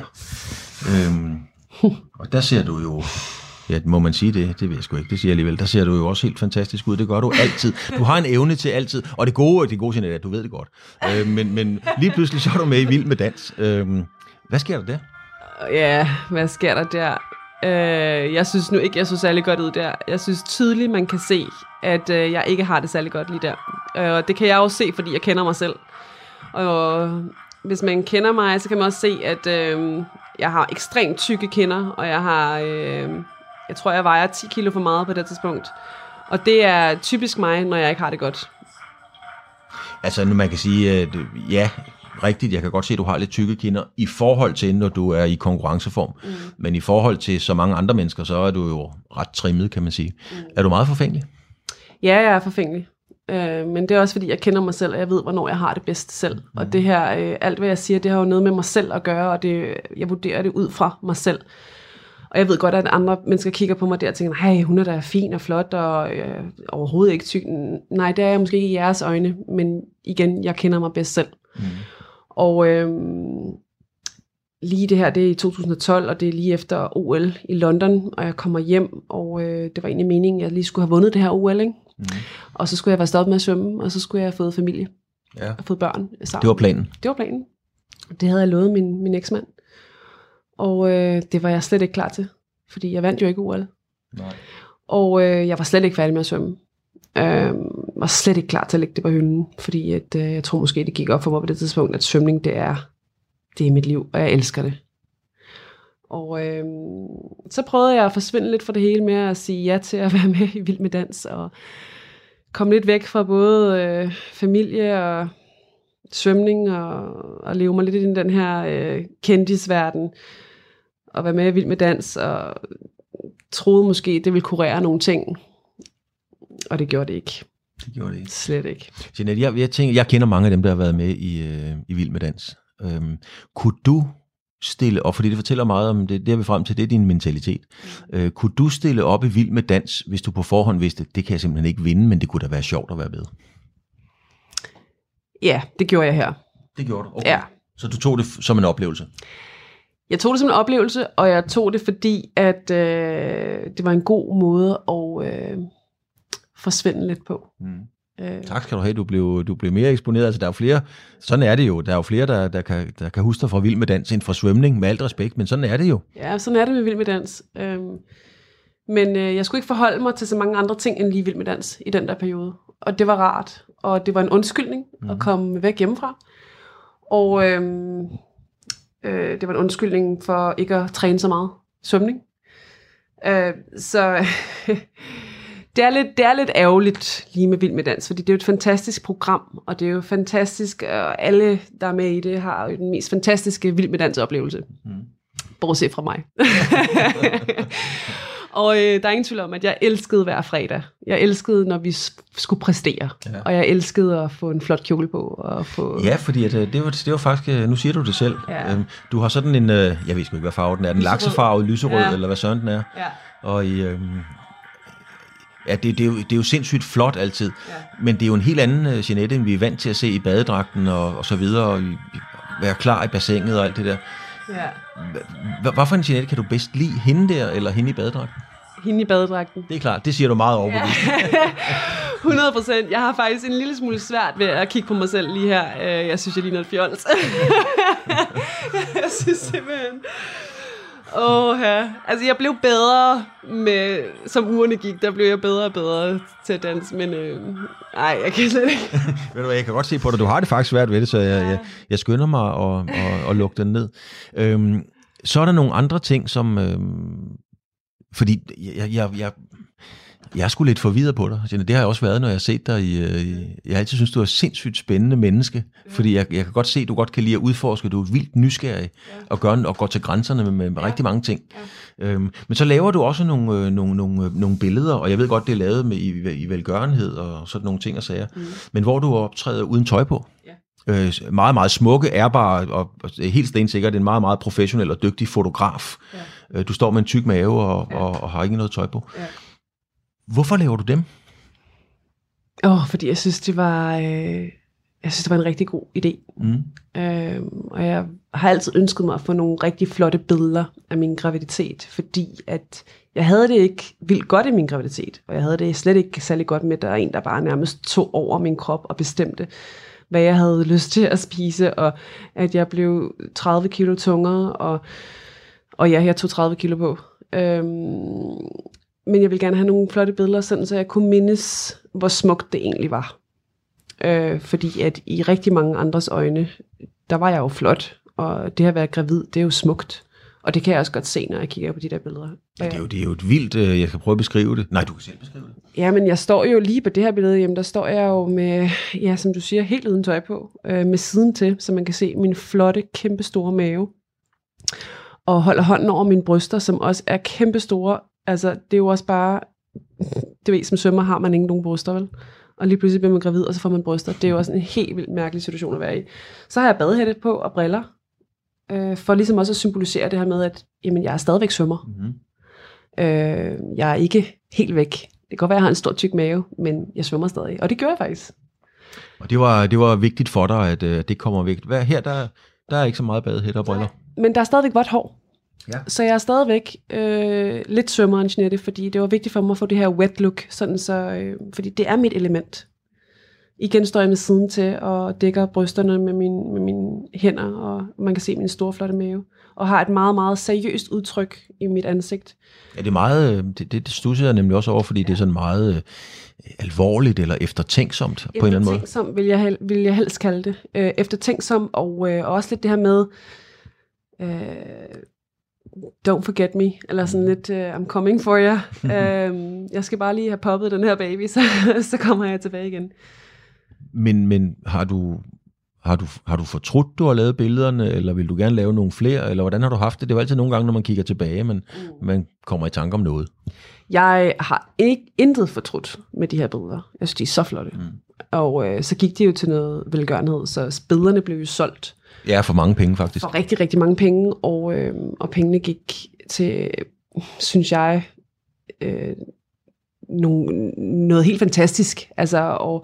Og der ser du jo... Ja, må man sige det? Det ved jeg sgu ikke. Det siger jeg alligevel. Der ser du jo også helt fantastisk ud. Det gør du altid. Du har en evne til altid. Og det gode Jeanette, at du ved det godt. Men lige pludselig så er du med i Vild med Dans. Hvad sker der der? Ja, hvad sker der der? Jeg synes nu ikke, jeg så særlig godt ud der. Jeg synes tydeligt, man kan se, at jeg ikke har det særlig godt lige der. Og det kan jeg også se, fordi jeg kender mig selv. Og hvis man kender mig, så kan man også se, at jeg har ekstremt tykke kinder, og jeg har... Jeg tror, jeg vejer 10 kilo for meget på det tidspunkt. Og det er typisk mig, når jeg ikke har det godt. Altså, man kan sige, ja, rigtigt, jeg kan godt se, at du har lidt tykke kinder i forhold til, når du er i konkurrenceform. Men i forhold til så mange andre mennesker, så er du jo ret trimmet, kan man sige. Er du meget forfængelig? Ja, jeg er forfængelig. Men det er også, fordi jeg kender mig selv, og jeg ved, hvornår jeg har det bedst selv. Og det her, alt hvad jeg siger, det har jo noget med mig selv at gøre, og jeg vurderer det ud fra mig selv. Og jeg ved godt, at andre mennesker kigger på mig der og tænker, hey, hun er da fin og flot, og overhovedet ikke tyk. Nej, det er jeg måske ikke i jeres øjne, men igen, jeg kender mig bedst selv. Og lige det her, det er i 2012, og det er lige efter OL i London, og jeg kommer hjem, og det var egentlig meningen, at jeg lige skulle have vundet det her OL, ikke? Og så skulle jeg være stoppet med at svømme, og så skulle jeg have fået familie, og fået børn sammen. Det var planen? Det var planen. Det havde jeg lovet min eksmand. Og det var jeg slet ikke klar til, fordi jeg vandt jo ikke OL. Nej. Og jeg var slet ikke færdig med at svømme. Var slet ikke klar til at lægge det på hylden, fordi at, jeg tror måske, det gik op for mig på det tidspunkt, at svømning, det er mit liv, og jeg elsker det. Og så prøvede jeg at forsvinde lidt fra det hele med at sige ja til at være med i Vild med Dans, og komme lidt væk fra både familie og svømning, og leve mig lidt i den her kendisverden, og være med i Vild med Dans, og troede måske, det ville kurere nogle ting. Og det gjorde det ikke. Det gjorde det ikke. Slet ikke. Jeanette, jeg kender mange af dem, der har været med i Vild med Dans. Kunne du stille op, fordi det fortæller meget om det er vi frem til, det er din mentalitet. Kunne du stille op i Vild med Dans, hvis du på forhånd vidste, det kan jeg simpelthen ikke vinde, men det kunne da være sjovt at være med? Ja, det gjorde jeg her. Det gjorde du? Okay. Ja. Så du tog det som en oplevelse? Jeg tog det som en oplevelse, og jeg tog det, fordi at det var en god måde at forsvinde lidt på. Tak skal du have, du blev mere eksponeret. Altså, der er jo flere, sådan er det jo. Der er jo flere, der kan huske dig fra Vild med Dans end fra svømning, med alt respekt, men sådan er det jo. Ja, sådan er det med Vild med Dans. Men jeg skulle ikke forholde mig til så mange andre ting end lige Vild med Dans i den der periode. og det var rart. Og det var en undskyldning at komme væk hjemmefra. Og det var en undskyldning for ikke at træne så meget svømning. Så det er lidt ærgerligt lige med Vild med Dans, fordi det er jo et fantastisk program, og det er jo fantastisk, og alle, der er med i det, har jo den mest fantastiske Vild med Dans-oplevelse. Bortset fra mig. Og der er ingen tvivl om, at jeg elskede hver fredag. Jeg elskede, når vi skulle præstere. Ja. Og jeg elskede at få en flot kjole på. Og få... Ja, fordi det var faktisk, nu siger du det selv. Ja. Du har sådan en, jeg ved ikke, hvad farve den er, den laksefarvet, lyserød, eller hvad sådan den er. Ja. Og det er jo sindssygt flot altid. Ja. Men det er jo en helt anden Jeanette, end vi er vant til at se i badedragten og så videre, og være klar i bassinet og alt det der. Ja. Hvorfor en Jeanette kan du bedst lide? Hende der, eller hende i badedragten? Hende i badedragten. Det er klart, det siger du meget overbevist. Ja. 100%. Jeg har faktisk en lille smule svært ved at kigge på mig selv lige her. Jeg synes, jeg ligner et fjols. Jeg synes simpelthen... ja. Altså, jeg blev bedre som ugerne gik, der blev jeg bedre og bedre til at danse, men jeg kan slet ikke. Ved du hvad, jeg kan godt se på dig, du har det faktisk svært ved det, så jeg skynder mig at lukke den ned. Så er der nogle andre ting, som... fordi jeg er sgu lidt forvirret på dig. Det har jeg også været, når jeg har set dig jeg har altid synes, du er et sindssygt spændende menneske, fordi jeg kan godt se, at du godt kan lide at udforske, du er vildt nysgerrig og går til grænserne med rigtig mange ting. Ja. Men så laver du også nogle billeder, og jeg ved godt, det er lavet med i velgørenhed og sådan nogle ting og sager, men hvor du optræder uden tøj på. Ja. Meget, meget smukke, ærbare og helt stensikkert en meget, meget professionel og dygtig fotograf. Ja. Du står med en tyk mave og har ikke noget tøj på. Ja. Hvorfor laver du dem? Fordi jeg synes, det var en rigtig god idé. Og jeg har altid ønsket mig at få nogle rigtig flotte billeder af min graviditet, fordi at jeg havde det ikke vildt godt i min graviditet, og jeg havde det slet ikke særlig godt med, at der er en, der bare nærmest tog over min krop og bestemte, hvad jeg havde lyst til at spise, og at jeg blev 30 kilo tungere, og jeg tog 30 kilo på. Men jeg vil gerne have nogle flotte billeder, sådan så jeg kunne mindes, hvor smukt det egentlig var. Fordi at i rigtig mange andres øjne, der var jeg jo flot, og det at være gravid, det er jo smukt. Og det kan jeg også godt se, når jeg kigger på de der billeder. Ja, det er jo et vildt, jeg kan prøve at beskrive det. Nej, du kan selv beskrive det. Ja, men jeg står jo lige på det her billede, jamen der står jeg jo med, ja, som du siger, helt uden tøj på, med siden til, så man kan se min flotte, kæmpe store mave. Og holder hånden over mine bryster, som også er kæmpe store. Altså, det er jo også bare, det ved, som svømmer har man ikke nogen bryster, vel? Og lige pludselig bliver man gravid, og så får man bryster. Det er jo også en helt vildt mærkelig situation at være i. Så har jeg badehætte på og briller, for ligesom også at symbolisere det her med, at jamen, jeg er stadigvæk svømmer. Jeg er ikke helt væk. Det kan godt være, at jeg har en stor tyk mave, men jeg svømmer stadig. Og det gør jeg faktisk. Og det var vigtigt for dig, at det kommer væk. Her, der er ikke så meget badehætte og briller. Men der er stadigvæk vådt hår. Ja. Så jeg er stadigvæk lidt svømmer end Jeanette, fordi det var vigtigt for mig at få det her wet look, sådan så, fordi det er mit element. Igen står jeg med siden til og dækker brysterne med mine hænder, og man kan se min store flotte mave, og har et meget, meget seriøst udtryk i mit ansigt. Ja, det er meget, det studser jeg nemlig også over, fordi det er sådan meget alvorligt eller eftertænksomt på en eller anden måde. Eftertænksom vil jeg helst kalde det. Eftertænksom, og også lidt det her med... don't forget me, eller sådan lidt, I'm coming for you. Jeg skal bare lige have poppet den her baby, så kommer jeg tilbage igen. Men har du fortrudt, du har lavet billederne, eller vil du gerne lave nogle flere, eller hvordan har du haft det? Det er jo altid nogle gange, når man kigger tilbage, men man kommer i tanke om noget. Jeg har intet fortrudt med de her billeder. Jeg synes, de er så flotte. Og så gik de jo til noget velgørenhed, så billederne blev jo solgt. Ja, for mange penge faktisk. For rigtig, rigtig mange penge, og pengene gik til, synes jeg, noget helt fantastisk. Altså,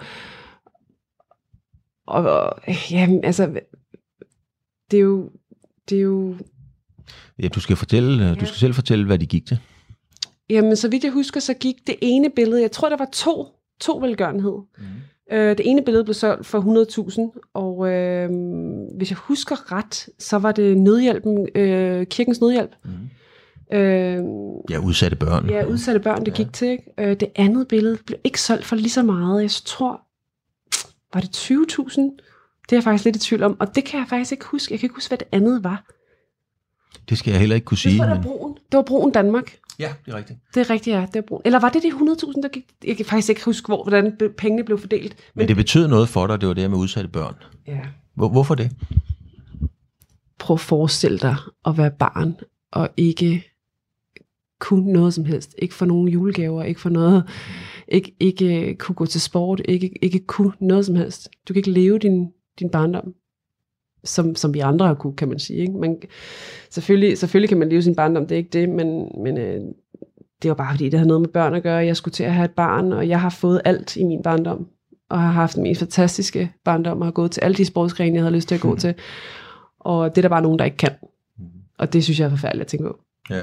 ja, altså, det er jo... Ja, du skal selv fortælle, hvad de gik til. Jamen, så vidt jeg husker, så gik det ene billede, jeg tror, der var to velgørenhed. Det ene billede blev solgt for 100.000, og hvis jeg husker ret, så var det Nødhjælpen, Kirkens Nødhjælp, Ja, udsatte børn. Ja, udsatte børn, det gik til. Ikke? Det andet billede blev ikke solgt for lige så meget. Jeg tror, var det 20.000? Det er jeg faktisk lidt i tvivl om. Og det kan jeg faktisk ikke huske. Jeg kan ikke huske, hvad det andet var. Det skal jeg heller ikke kunne sige. Det var Broen Danmark. Ja, det er rigtigt. Det er rigtigt, ja. Det er Broen. Eller var det de 100.000, der gik? Jeg kan faktisk ikke huske, hvordan pengene blev fordelt. Men det betød noget for dig, det var det med udsatte børn. Ja. Hvorfor det? Prøv at forestille dig at være barn, og ikke kunne noget som helst. Ikke få nogen julegaver, ikke få noget, ikke kunne gå til sport, ikke kunne noget som helst. Du kan ikke leve din barndom, som vi andre har kunne, kan man sige. Ikke? Selvfølgelig kan man leve sin barndom, det er ikke det, men det var bare fordi, det havde noget med børn at gøre. Jeg skulle til at have et barn, og jeg har fået alt i min barndom, og har haft den mest fantastiske barndom, og har gået til alle de sportsgrene, jeg havde lyst til at gå til. Og det er der bare nogen, der ikke kan. Og det synes jeg er forfærdeligt at tænke på. Ja.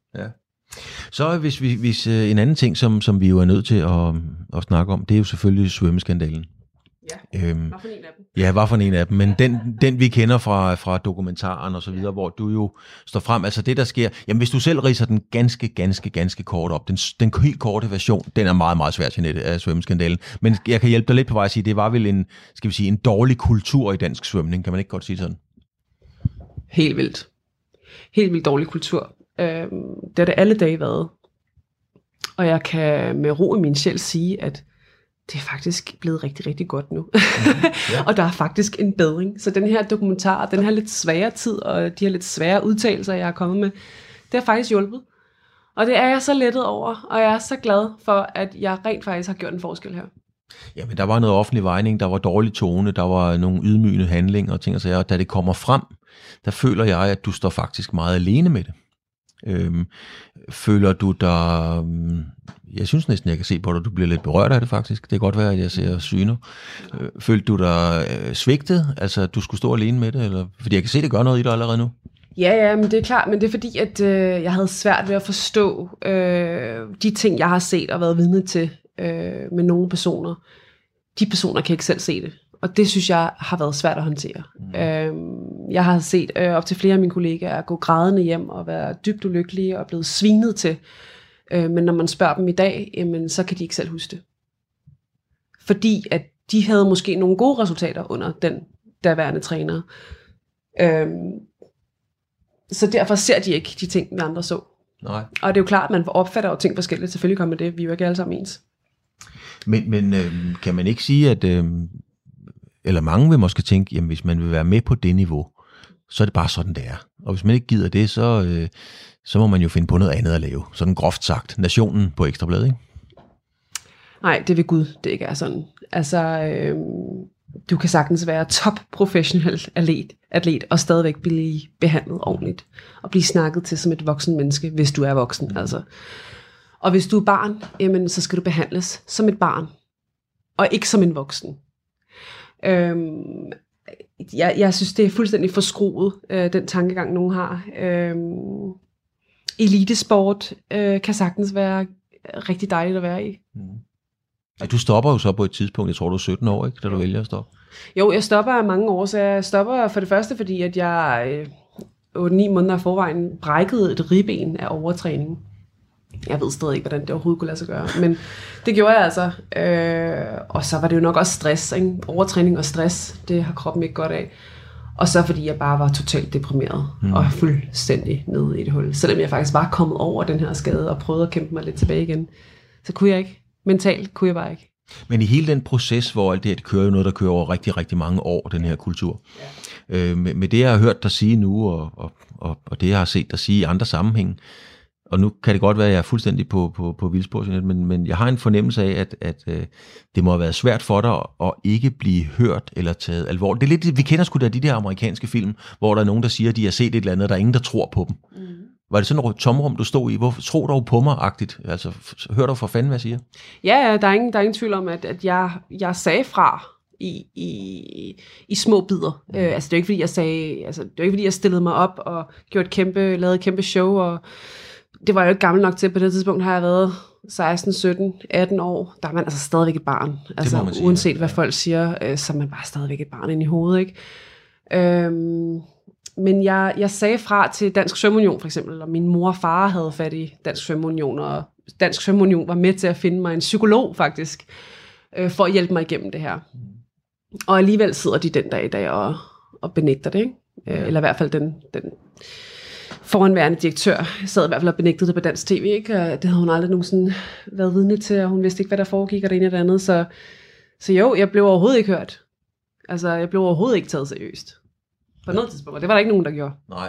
Så hvis en anden ting, som vi jo er nødt til at snakke om, det er jo selvfølgelig svømmeskandalen. Ja, hvad for en af dem? Ja, hvad for en af dem, men den vi kender fra dokumentaren og så videre, hvor du jo står frem, altså det der sker, jamen hvis du selv ridser den ganske kort op, den helt korte version, den er meget, meget svær til net af svømmeskandalen, men jeg kan hjælpe dig lidt på vej at sige, det var vel en dårlig kultur i dansk svømning, kan man ikke godt sige sådan? Helt vildt dårlig kultur. Det har det alle dage været. Og jeg kan med ro i min sjæl sige, at det er faktisk blevet rigtig, rigtig godt nu. Ja. Og der er faktisk en bedring. Så den her dokumentar, den her lidt svære tid, og de her lidt svære udtalelser, jeg har kommet med, det har faktisk hjulpet. Og det er jeg så lettet over, og jeg er så glad for, at jeg rent faktisk har gjort en forskel her. Ja, men der var noget offentlig vejning, der var dårlig tone, der var nogle ydmygende handlinger og ting og sager, og da det kommer frem, der føler jeg, at du står faktisk meget alene med det. Føler du dig, jeg synes næsten, jeg kan se på dig, du bliver lidt berørt af det faktisk, det kan godt være, at jeg ser syner. Følte du dig svigtet, altså at du skulle stå alene med det, eller? Fordi jeg kan se, det gør noget i dig allerede nu. Ja, men det er klart, men det er fordi, at jeg havde svært ved at forstå de ting, jeg har set og været vidne til med nogle personer. De personer kan ikke selv se det. Og det synes jeg har været svært at håndtere. Jeg har set op til flere af mine kollegaer gå grædende hjem og være dybt ulykkelige og blevet svinet til. Men når man spørger dem i dag, jamen, så kan de ikke selv huske det. Fordi at de havde måske nogle gode resultater under den daværende træner. Så derfor ser de ikke de ting, vi andre så. Nej. Og det er jo klart, at man opfatter jo ting forskelligt. Selvfølgelig kommer det. Vi er jo ikke alle sammen ens. Men kan man ikke sige, at eller mange vil måske tænke, jamen hvis man vil være med på det niveau, så er det bare sådan, det er. Og hvis man ikke gider det, så må man jo finde på noget andet at lave. Sådan groft sagt. Nationen på Ekstra Bladet, ikke? Nej, det vil Gud, det ikke er sådan. Altså, du kan sagtens være top professionel atlet og stadigvæk blive behandlet ordentligt. Og blive snakket til som et voksen menneske, hvis du er voksen. Altså. Og hvis du er barn, jamen, så skal du behandles som et barn. Og ikke som en voksen. Jeg synes, det er fuldstændig forskruet, den tankegang, nogen har. Elitesport kan sagtens være rigtig dejligt at være i. Ja, du stopper jo så på et tidspunkt, jeg tror du er 17 år, ikke, da du vælger at stoppe. Jo, jeg stopper af mange år, så jeg stopper for det første, fordi at jeg 8-9 måneder i forvejen brækkede et ribben af overtræning. Jeg ved stadig ikke, hvordan det overhovedet kunne lade sig gøre, men det gjorde jeg altså. Og så var det jo nok også stress, ikke? Overtræning og stress, det har kroppen ikke godt af. Og så fordi jeg bare var totalt deprimeret og fuldstændig nede i et hul. Selvom jeg faktisk var kommet over den her skade og prøvede at kæmpe mig lidt tilbage igen, så kunne jeg ikke. Mentalt kunne jeg bare ikke. Men i hele den proces, hvor alt det kører jo noget, der kører over rigtig, rigtig mange år, den her kultur. Ja. Med det, jeg har hørt dig sige nu, og det, jeg har set dig sige i andre sammenhænge, og nu kan det godt være, at jeg er fuldstændig på vildspor, men jeg har en fornemmelse af, at det må have været svært for dig at ikke blive hørt eller taget alvorligt. Det er lidt, vi kender sgu da de der amerikanske film, hvor der er nogen, der siger, at de har set et eller andet, og der er ingen, der tror på dem. Var det sådan et tomrum, du stod i? Hvorfor tror du på mig-agtigt? Altså, hør du for fanden, hvad jeg siger? Ja, der er ingen tvivl om, at jeg sagde fra i små bidder. Altså, det er ikke fordi, det er ikke fordi, jeg stillede mig op og lavede et kæmpe show, og det var jeg jo ikke gammel nok til. På det tidspunkt har jeg været 16, 17, 18 år. Der er man altså stadigvæk et barn. Altså, sige, uanset hvad folk siger, så er man bare stadigvæk et barn inde i hovedet, ikke? Men jeg sagde fra til Dansk Svømmeunion for eksempel, og min mor og far havde fat i Dansk Svømmeunion, og Dansk Svømmeunion var med til at finde mig en psykolog faktisk, for at hjælpe mig igennem det her. Og alligevel sidder de den dag i dag og benægter det, ikke? Eller i hvert fald den foranværende direktør sad i hvert fald og benægtede det på dansk tv, ikke? Og det havde hun aldrig nogensinde været vidne til, og hun vidste ikke, hvad der foregik, og det ene og det andet. Så jo, jeg blev overhovedet ikke hørt. Altså, jeg blev overhovedet ikke taget seriøst. På noget tidspunkt, og det var der ikke nogen, der gjorde. Nej.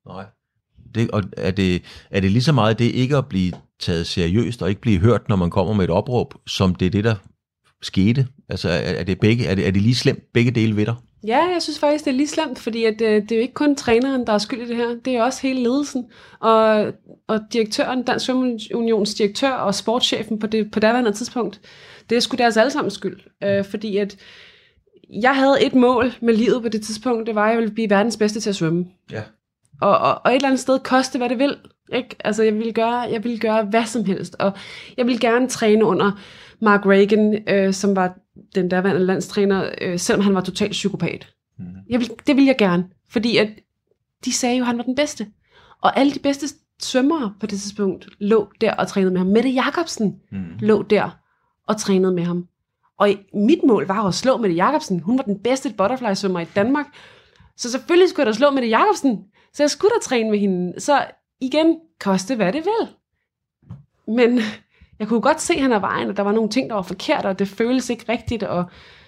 Og er det lige så meget det ikke at blive taget seriøst og ikke blive hørt, når man kommer med et opråb, som det er det, der skete? Altså, er det lige slemt begge dele ved dig? Ja, jeg synes faktisk, det er lige slemt, fordi at, det er jo ikke kun træneren, der er skyld i det her. Det er også hele ledelsen. Og direktøren, Dansk Svømmeunions direktør og sportschefen på daværende tidspunkt, det er sgu deres allesammens skyld. Fordi at jeg havde et mål med livet på det tidspunkt, det var, at jeg ville blive verdens bedste til at svømme. Ja. Og et eller andet sted koste, hvad det vil. Ikke? Altså, jeg ville gøre hvad som helst. Og jeg ville gerne træne under Mark Reagan, som var den derværende landstræner, selvom han var totalt psykopat. Det ville jeg gerne, fordi at de sagde jo, at han var den bedste. Og alle de bedste svømmere på det tidspunkt lå der og trænede med ham. Mette Jacobsen lå der og trænede med ham. Og mit mål var at slå Mette Jacobsen. Hun var den bedste butterfly-svømmer i Danmark. Så selvfølgelig skulle jeg da slå Mette Jacobsen. Så jeg skulle da træne med hende. Så igen, koste hvad det vil. Men jeg kunne godt se hen ad vejen, at der var nogle ting, der var forkert, og det føles ikke rigtigt. Og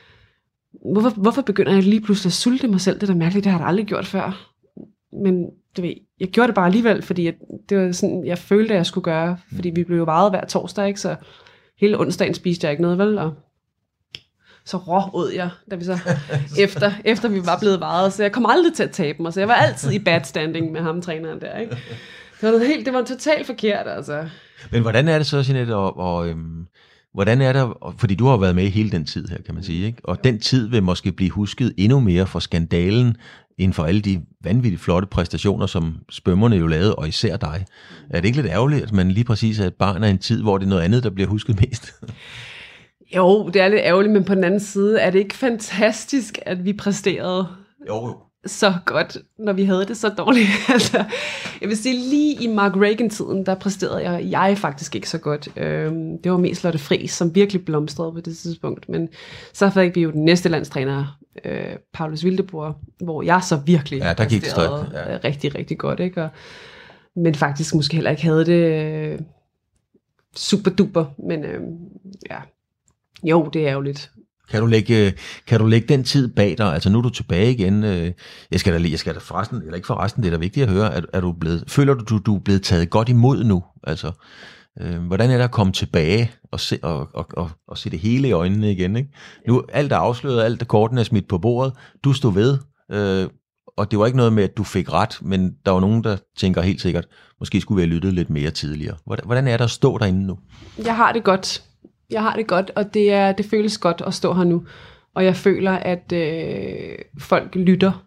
hvorfor begynder jeg lige pludselig at sulte mig selv? Det er da mærkeligt, det har jeg aldrig gjort før. Men du ved, jeg gjorde det bare alligevel, fordi det var sådan, jeg følte, at jeg skulle gøre. Fordi vi blev jo vejet hver torsdag, ikke? Så hele onsdagen spiste jeg ikke noget, vel? Og så råd jeg, da vi så efter vi var blevet vejet. Så jeg kom aldrig til at tabe mig, så jeg var altid i bad standing med ham, træneren der, ikke? Det var totalt forkert, altså. Men hvordan er det så, Jeanette, hvordan er det, fordi du har været med hele den tid her, kan man sige, ikke? Og den tid vil måske blive husket endnu mere for skandalen, end for alle de vanvittigt flotte præstationer, som svømmerne jo lavede, og især dig. Er det ikke lidt ærgerligt, at man lige præcis er et barn af en tid, hvor det er noget andet, der bliver husket mest? Jo, det er lidt ærgerligt, men på den anden side er det ikke fantastisk, at vi præsterede så godt, når vi havde det så dårligt. Altså, jeg vil sige, lige i Mark Reagan-tiden, der præsterede jeg faktisk ikke så godt. Det var mest Lotte Friis, som virkelig blomstrede på det tidspunkt. Men så fik vi jo den næste landstræner, Paulus Wildeboer, hvor jeg så virkelig præsterede rigtig, rigtig godt. Ikke? Men faktisk måske heller ikke havde det super duper. Men ja, jo, det er jo lidt. Kan du lægge den tid bag dig? Altså nu er du tilbage igen. Jeg skal da forresten, eller ikke forresten, det er da vigtigt at høre. Føler du er blevet taget godt imod nu? Altså, hvordan er det at komme tilbage og se det hele i øjnene igen? Ikke? Nu alt er afsløret, alt er kortene er smidt på bordet. Du stod ved, og det var ikke noget med, at du fik ret, men der var nogen, der tænker helt sikkert, måske skulle vi have lyttet lidt mere tidligere. Hvordan er det at stå derinde nu? Jeg har det godt, og det føles godt at stå her nu. Og jeg føler, at folk lytter.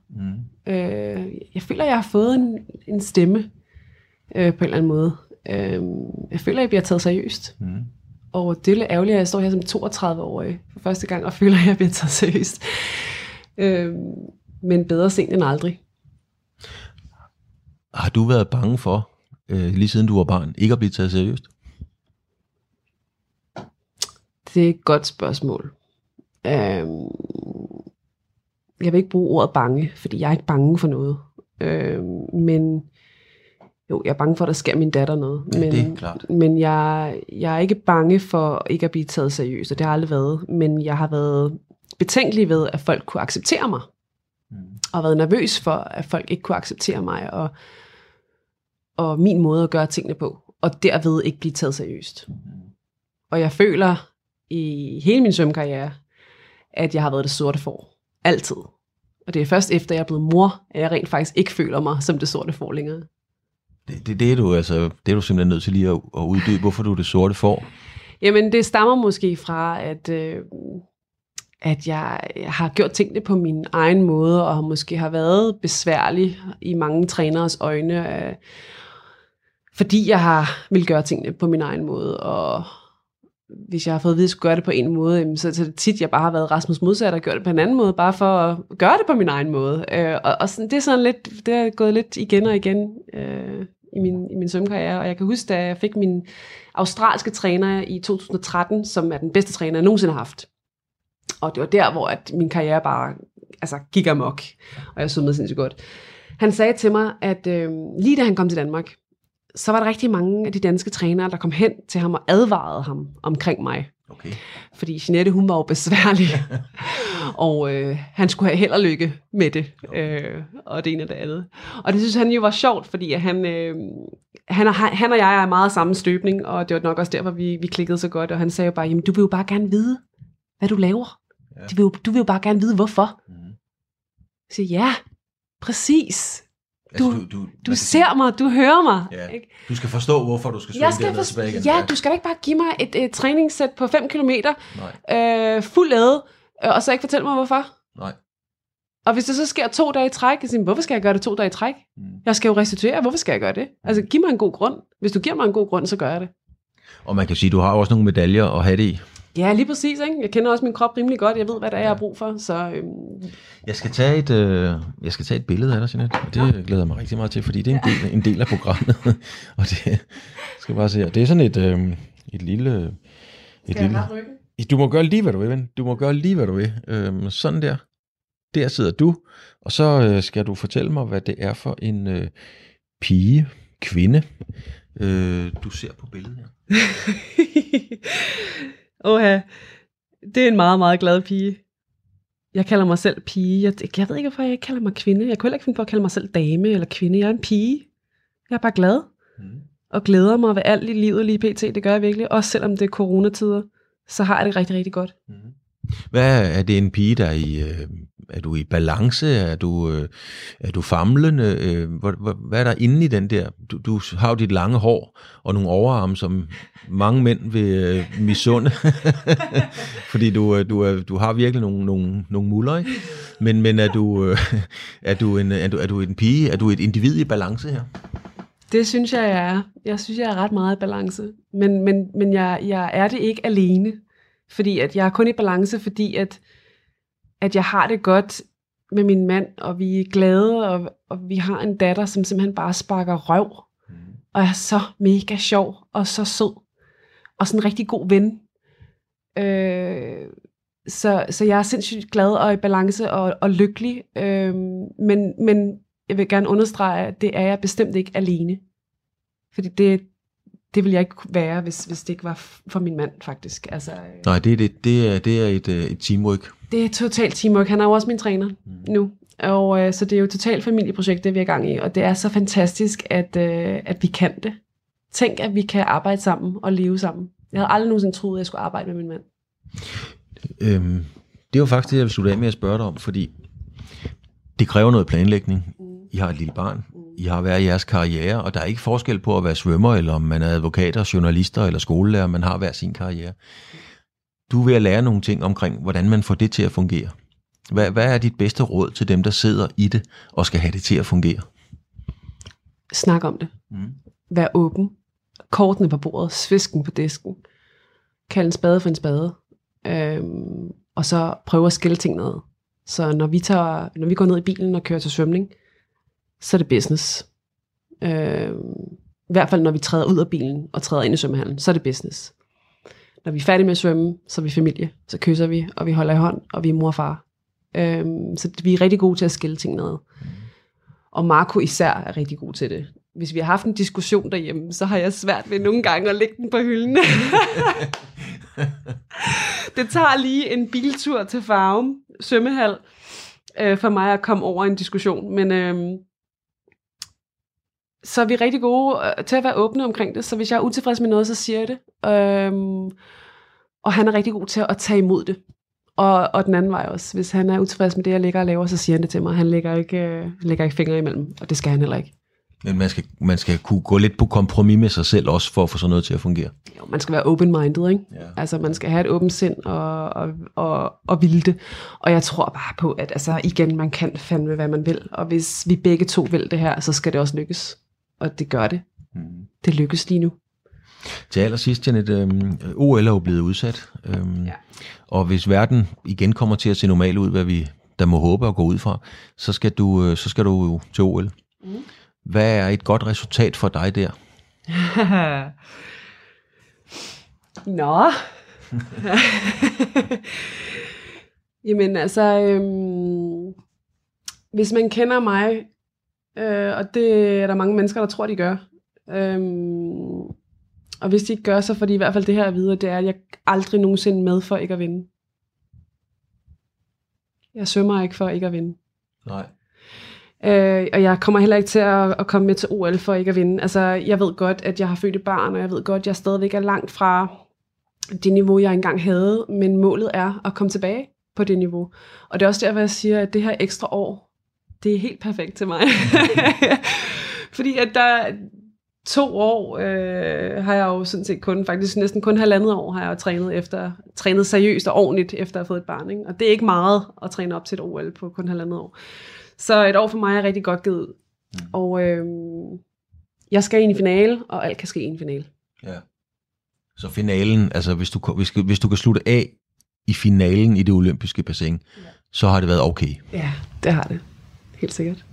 Jeg føler, at jeg har fået en stemme på en eller anden måde. Jeg føler, at jeg bliver taget seriøst. Og det er lidt ærgerligt, at jeg står her som 32-årig for første gang, og føler, at jeg bliver taget seriøst. Men bedre sent end aldrig. Har du været bange for, lige siden du var barn, ikke at blive taget seriøst? Det er et godt spørgsmål. Jeg vil ikke bruge ordet bange, fordi jeg er ikke bange for noget. Men jo, jeg er bange for, at der sker min datter noget. Men, det er klart. Men jeg er ikke bange for ikke at blive taget seriøst, og det har aldrig været. Men jeg har været betænkelig ved, at folk kunne acceptere mig. Og været nervøs for, at folk ikke kunne acceptere mig, og min måde at gøre tingene på. Og derved ikke blive taget seriøst. Og jeg føler i hele min svømmekarriere, at jeg har været det sorte får. Altid. Og det er først efter, jeg er blevet mor, at jeg rent faktisk ikke føler mig som det sorte får længere. Det er du simpelthen nødt til lige at uddybe, hvorfor du er det sorte får. Jamen, det stammer måske fra, at jeg har gjort tingene på min egen måde, og måske har været besværlig i mange træneres øjne, fordi jeg har vil gøre tingene på min egen måde, og hvis jeg har fået at vide, at jeg skulle gøre det på en måde, så er det tit, jeg bare har været Rasmus modsat og gjort det på en anden måde, bare for at gøre det på min egen måde. Og sådan, det er sådan lidt, det er gået lidt igen og igen i min svømmekarriere, og jeg kan huske, da jeg fik min australske træner i 2013, som er den bedste træner, jeg nogensinde har haft. Og det var der, hvor at min karriere bare gik amok, og jeg svømmede sindssygt godt. Han sagde til mig, at lige da han kom til Danmark, så var der rigtig mange af de danske trænere, der kom hen til ham og advarede ham omkring mig. Okay. Fordi Jeanette, hun var jo besværlig, og han skulle have held og lykke med det, og det ene og det andet. Og det synes han jo var sjovt, fordi han og jeg er meget samme støbning, og det var nok også derfor, vi klikkede så godt, og han sagde jo bare, jamen du vil jo bare gerne vide, hvad du laver. Ja. Du vil jo bare gerne vide, hvorfor. Så ja, præcis. Du ser mig, du hører mig. Ja. Ikke? Du skal forstå, hvorfor du skal svømme dernede tilbage igen. Ja, du skal da ikke bare give mig et træningssæt på 5 kilometer, fuld æde, og så ikke fortælle mig, hvorfor. Nej. Og hvis det så sker 2 dage i træk, jeg siger, hvorfor skal jeg gøre det 2 dage i træk? Jeg skal jo restituere, hvorfor skal jeg gøre det? Altså, giv mig en god grund. Hvis du giver mig en god grund, så gør jeg det. Og man kan sige, du har også nogle medaljer at have det i. Ja, lige præcis. Ikke? Jeg kender også min krop rimelig godt. Jeg ved, hvad det er, jeg har brug for. Så, Jeg skal tage et billede af dig, Jeanette. Og det glæder jeg mig rigtig meget til, fordi det er en del af programmet. Og det skal bare se her. Det er sådan et lille... Du må gøre lige, hvad du vil, ven. Du må gøre lige, hvad du vil. Sådan der. Der sidder du. Og så skal du fortælle mig, hvad det er for en kvinde, du ser på billedet her. Det er en meget, meget glad pige. Jeg kalder mig selv pige. Jeg ved ikke, hvorfor jeg ikke kalder mig kvinde. Jeg kunne heller ikke finde på at kalde mig selv dame eller kvinde. Jeg er en pige. Jeg er bare glad. Og glæder mig ved alt i livet lige pt. Det gør jeg virkelig. Også selvom det er coronatider, så har jeg det rigtig, rigtig godt. Hvad er det en pige, der er i... Er du i balance? Er du famlende? Hvad er der inde i den der? Du har jo dit lange hår og nogle overarme, som mange mænd vil misunde. Fordi du har virkelig nogle muller, ikke? Men er du en pige? Er du et individ i balance her? Det synes jeg er. Jeg synes, jeg er ret meget i balance. Men jeg er det ikke alene. Fordi at jeg er kun i balance, fordi at jeg har det godt med min mand, og vi er glade, og vi har en datter, som simpelthen bare sparker røv, og er så mega sjov, og så sød, og sådan en rigtig god ven. Så jeg er sindssygt glad og i balance og lykkelig, men jeg vil gerne understrege, at det er jeg bestemt ikke alene. Fordi det vil jeg ikke være, hvis det ikke var for min mand, faktisk. Altså, nej, det er et teamwork. Det er totalt teamwork. Han er jo også min træner nu. Og så det er jo et totalt familieprojekt, det vi er i gang i. Og det er så fantastisk, at vi kan det. Tænk, at vi kan arbejde sammen og leve sammen. Jeg havde aldrig nogensinde troet, at jeg skulle arbejde med min mand. Det var faktisk det, jeg ville slutte af med at spørge dig om, fordi det kræver noget planlægning. I har et lille barn. I har hver jeres karriere, og der er ikke forskel på at være svømmer, eller om man er advokater, journalister eller skolelærer. Man har hver sin karriere. Du er ved at lære nogle ting omkring, hvordan man får det til at fungere. Hvad er dit bedste råd til dem, der sidder i det, og skal have det til at fungere? Snak om det. Vær åben. Kortene på bordet. Svisken på disken. Kald en spade for en spade. Og så prøve at skille ting ned. Så når vi går ned i bilen og kører til svømning, så er det business. I hvert fald når vi træder ud af bilen og træder ind i svømmehallen, så er det business. Når vi er færdige med at svømme, så er vi familie, så kysser vi, og vi holder i hånd, og vi er mor og far. Så vi er rigtig gode til at skille ting ned. Og Marco især er rigtig god til det. Hvis vi har haft en diskussion derhjemme, så har jeg svært ved nogle gange at lægge den på hylden. Det tager lige en biltur til Farum svømmehal for mig at komme over en diskussion, men så er vi rigtig gode til at være åbne omkring det, så hvis jeg er utilfreds med noget, så siger jeg det. Og han er rigtig god til at tage imod det. Og den anden vej også. Hvis han er utilfreds med det, jeg ligger og laver, så siger han det til mig. Han lægger ikke fingre imellem, og det skal han heller ikke. Men man skal kunne gå lidt på kompromis med sig selv også, for at få sådan noget til at fungere. Jo, man skal være open-minded, ikke? Ja. Altså, man skal have et åbent sind og ville det. Og jeg tror bare på, at altså, igen, man kan fandme, hvad man vil. Og hvis vi begge to vil det her, så skal det også lykkes. Og det gør det. Det lykkes lige nu. Til allersidst, Jeanette, OL er jo blevet udsat, og hvis verden igen kommer til at se normal ud, hvad vi der må håbe at gå ud fra, så skal du jo til OL. Hvad er et godt resultat for dig der? Nå. Jamen altså, hvis man kender mig, og det er der mange mennesker, der tror, de gør, og hvis de ikke gør, så får de i hvert fald det her at vide, det er, at jeg aldrig nogensinde med for ikke at vinde. Jeg svømmer ikke for ikke at vinde. Nej. Og jeg kommer heller ikke til at komme med til OL for ikke at vinde. Altså, jeg ved godt, at jeg har født et barn, og jeg ved godt, at jeg stadigvæk er langt fra det niveau, jeg engang havde, men målet er at komme tilbage på det niveau. Og det er også der, hvor jeg siger, at det her ekstra år, det er helt perfekt til mig. Fordi at der 2 år har jeg jo sådan set faktisk næsten kun 1,5 år har jeg trænet seriøst og ordentligt efter at have fået et barn. Ikke? Og det er ikke meget at træne op til et OL på kun 1,5 år. Så et år for mig er rigtig godt givet ud. Og jeg skal ind i finale, og alt kan ske i en finale. Ja. Så finalen, altså hvis du kan slutte af i finalen i det olympiske bassin, så har det været okay. Ja, det har det. Helt sikkert.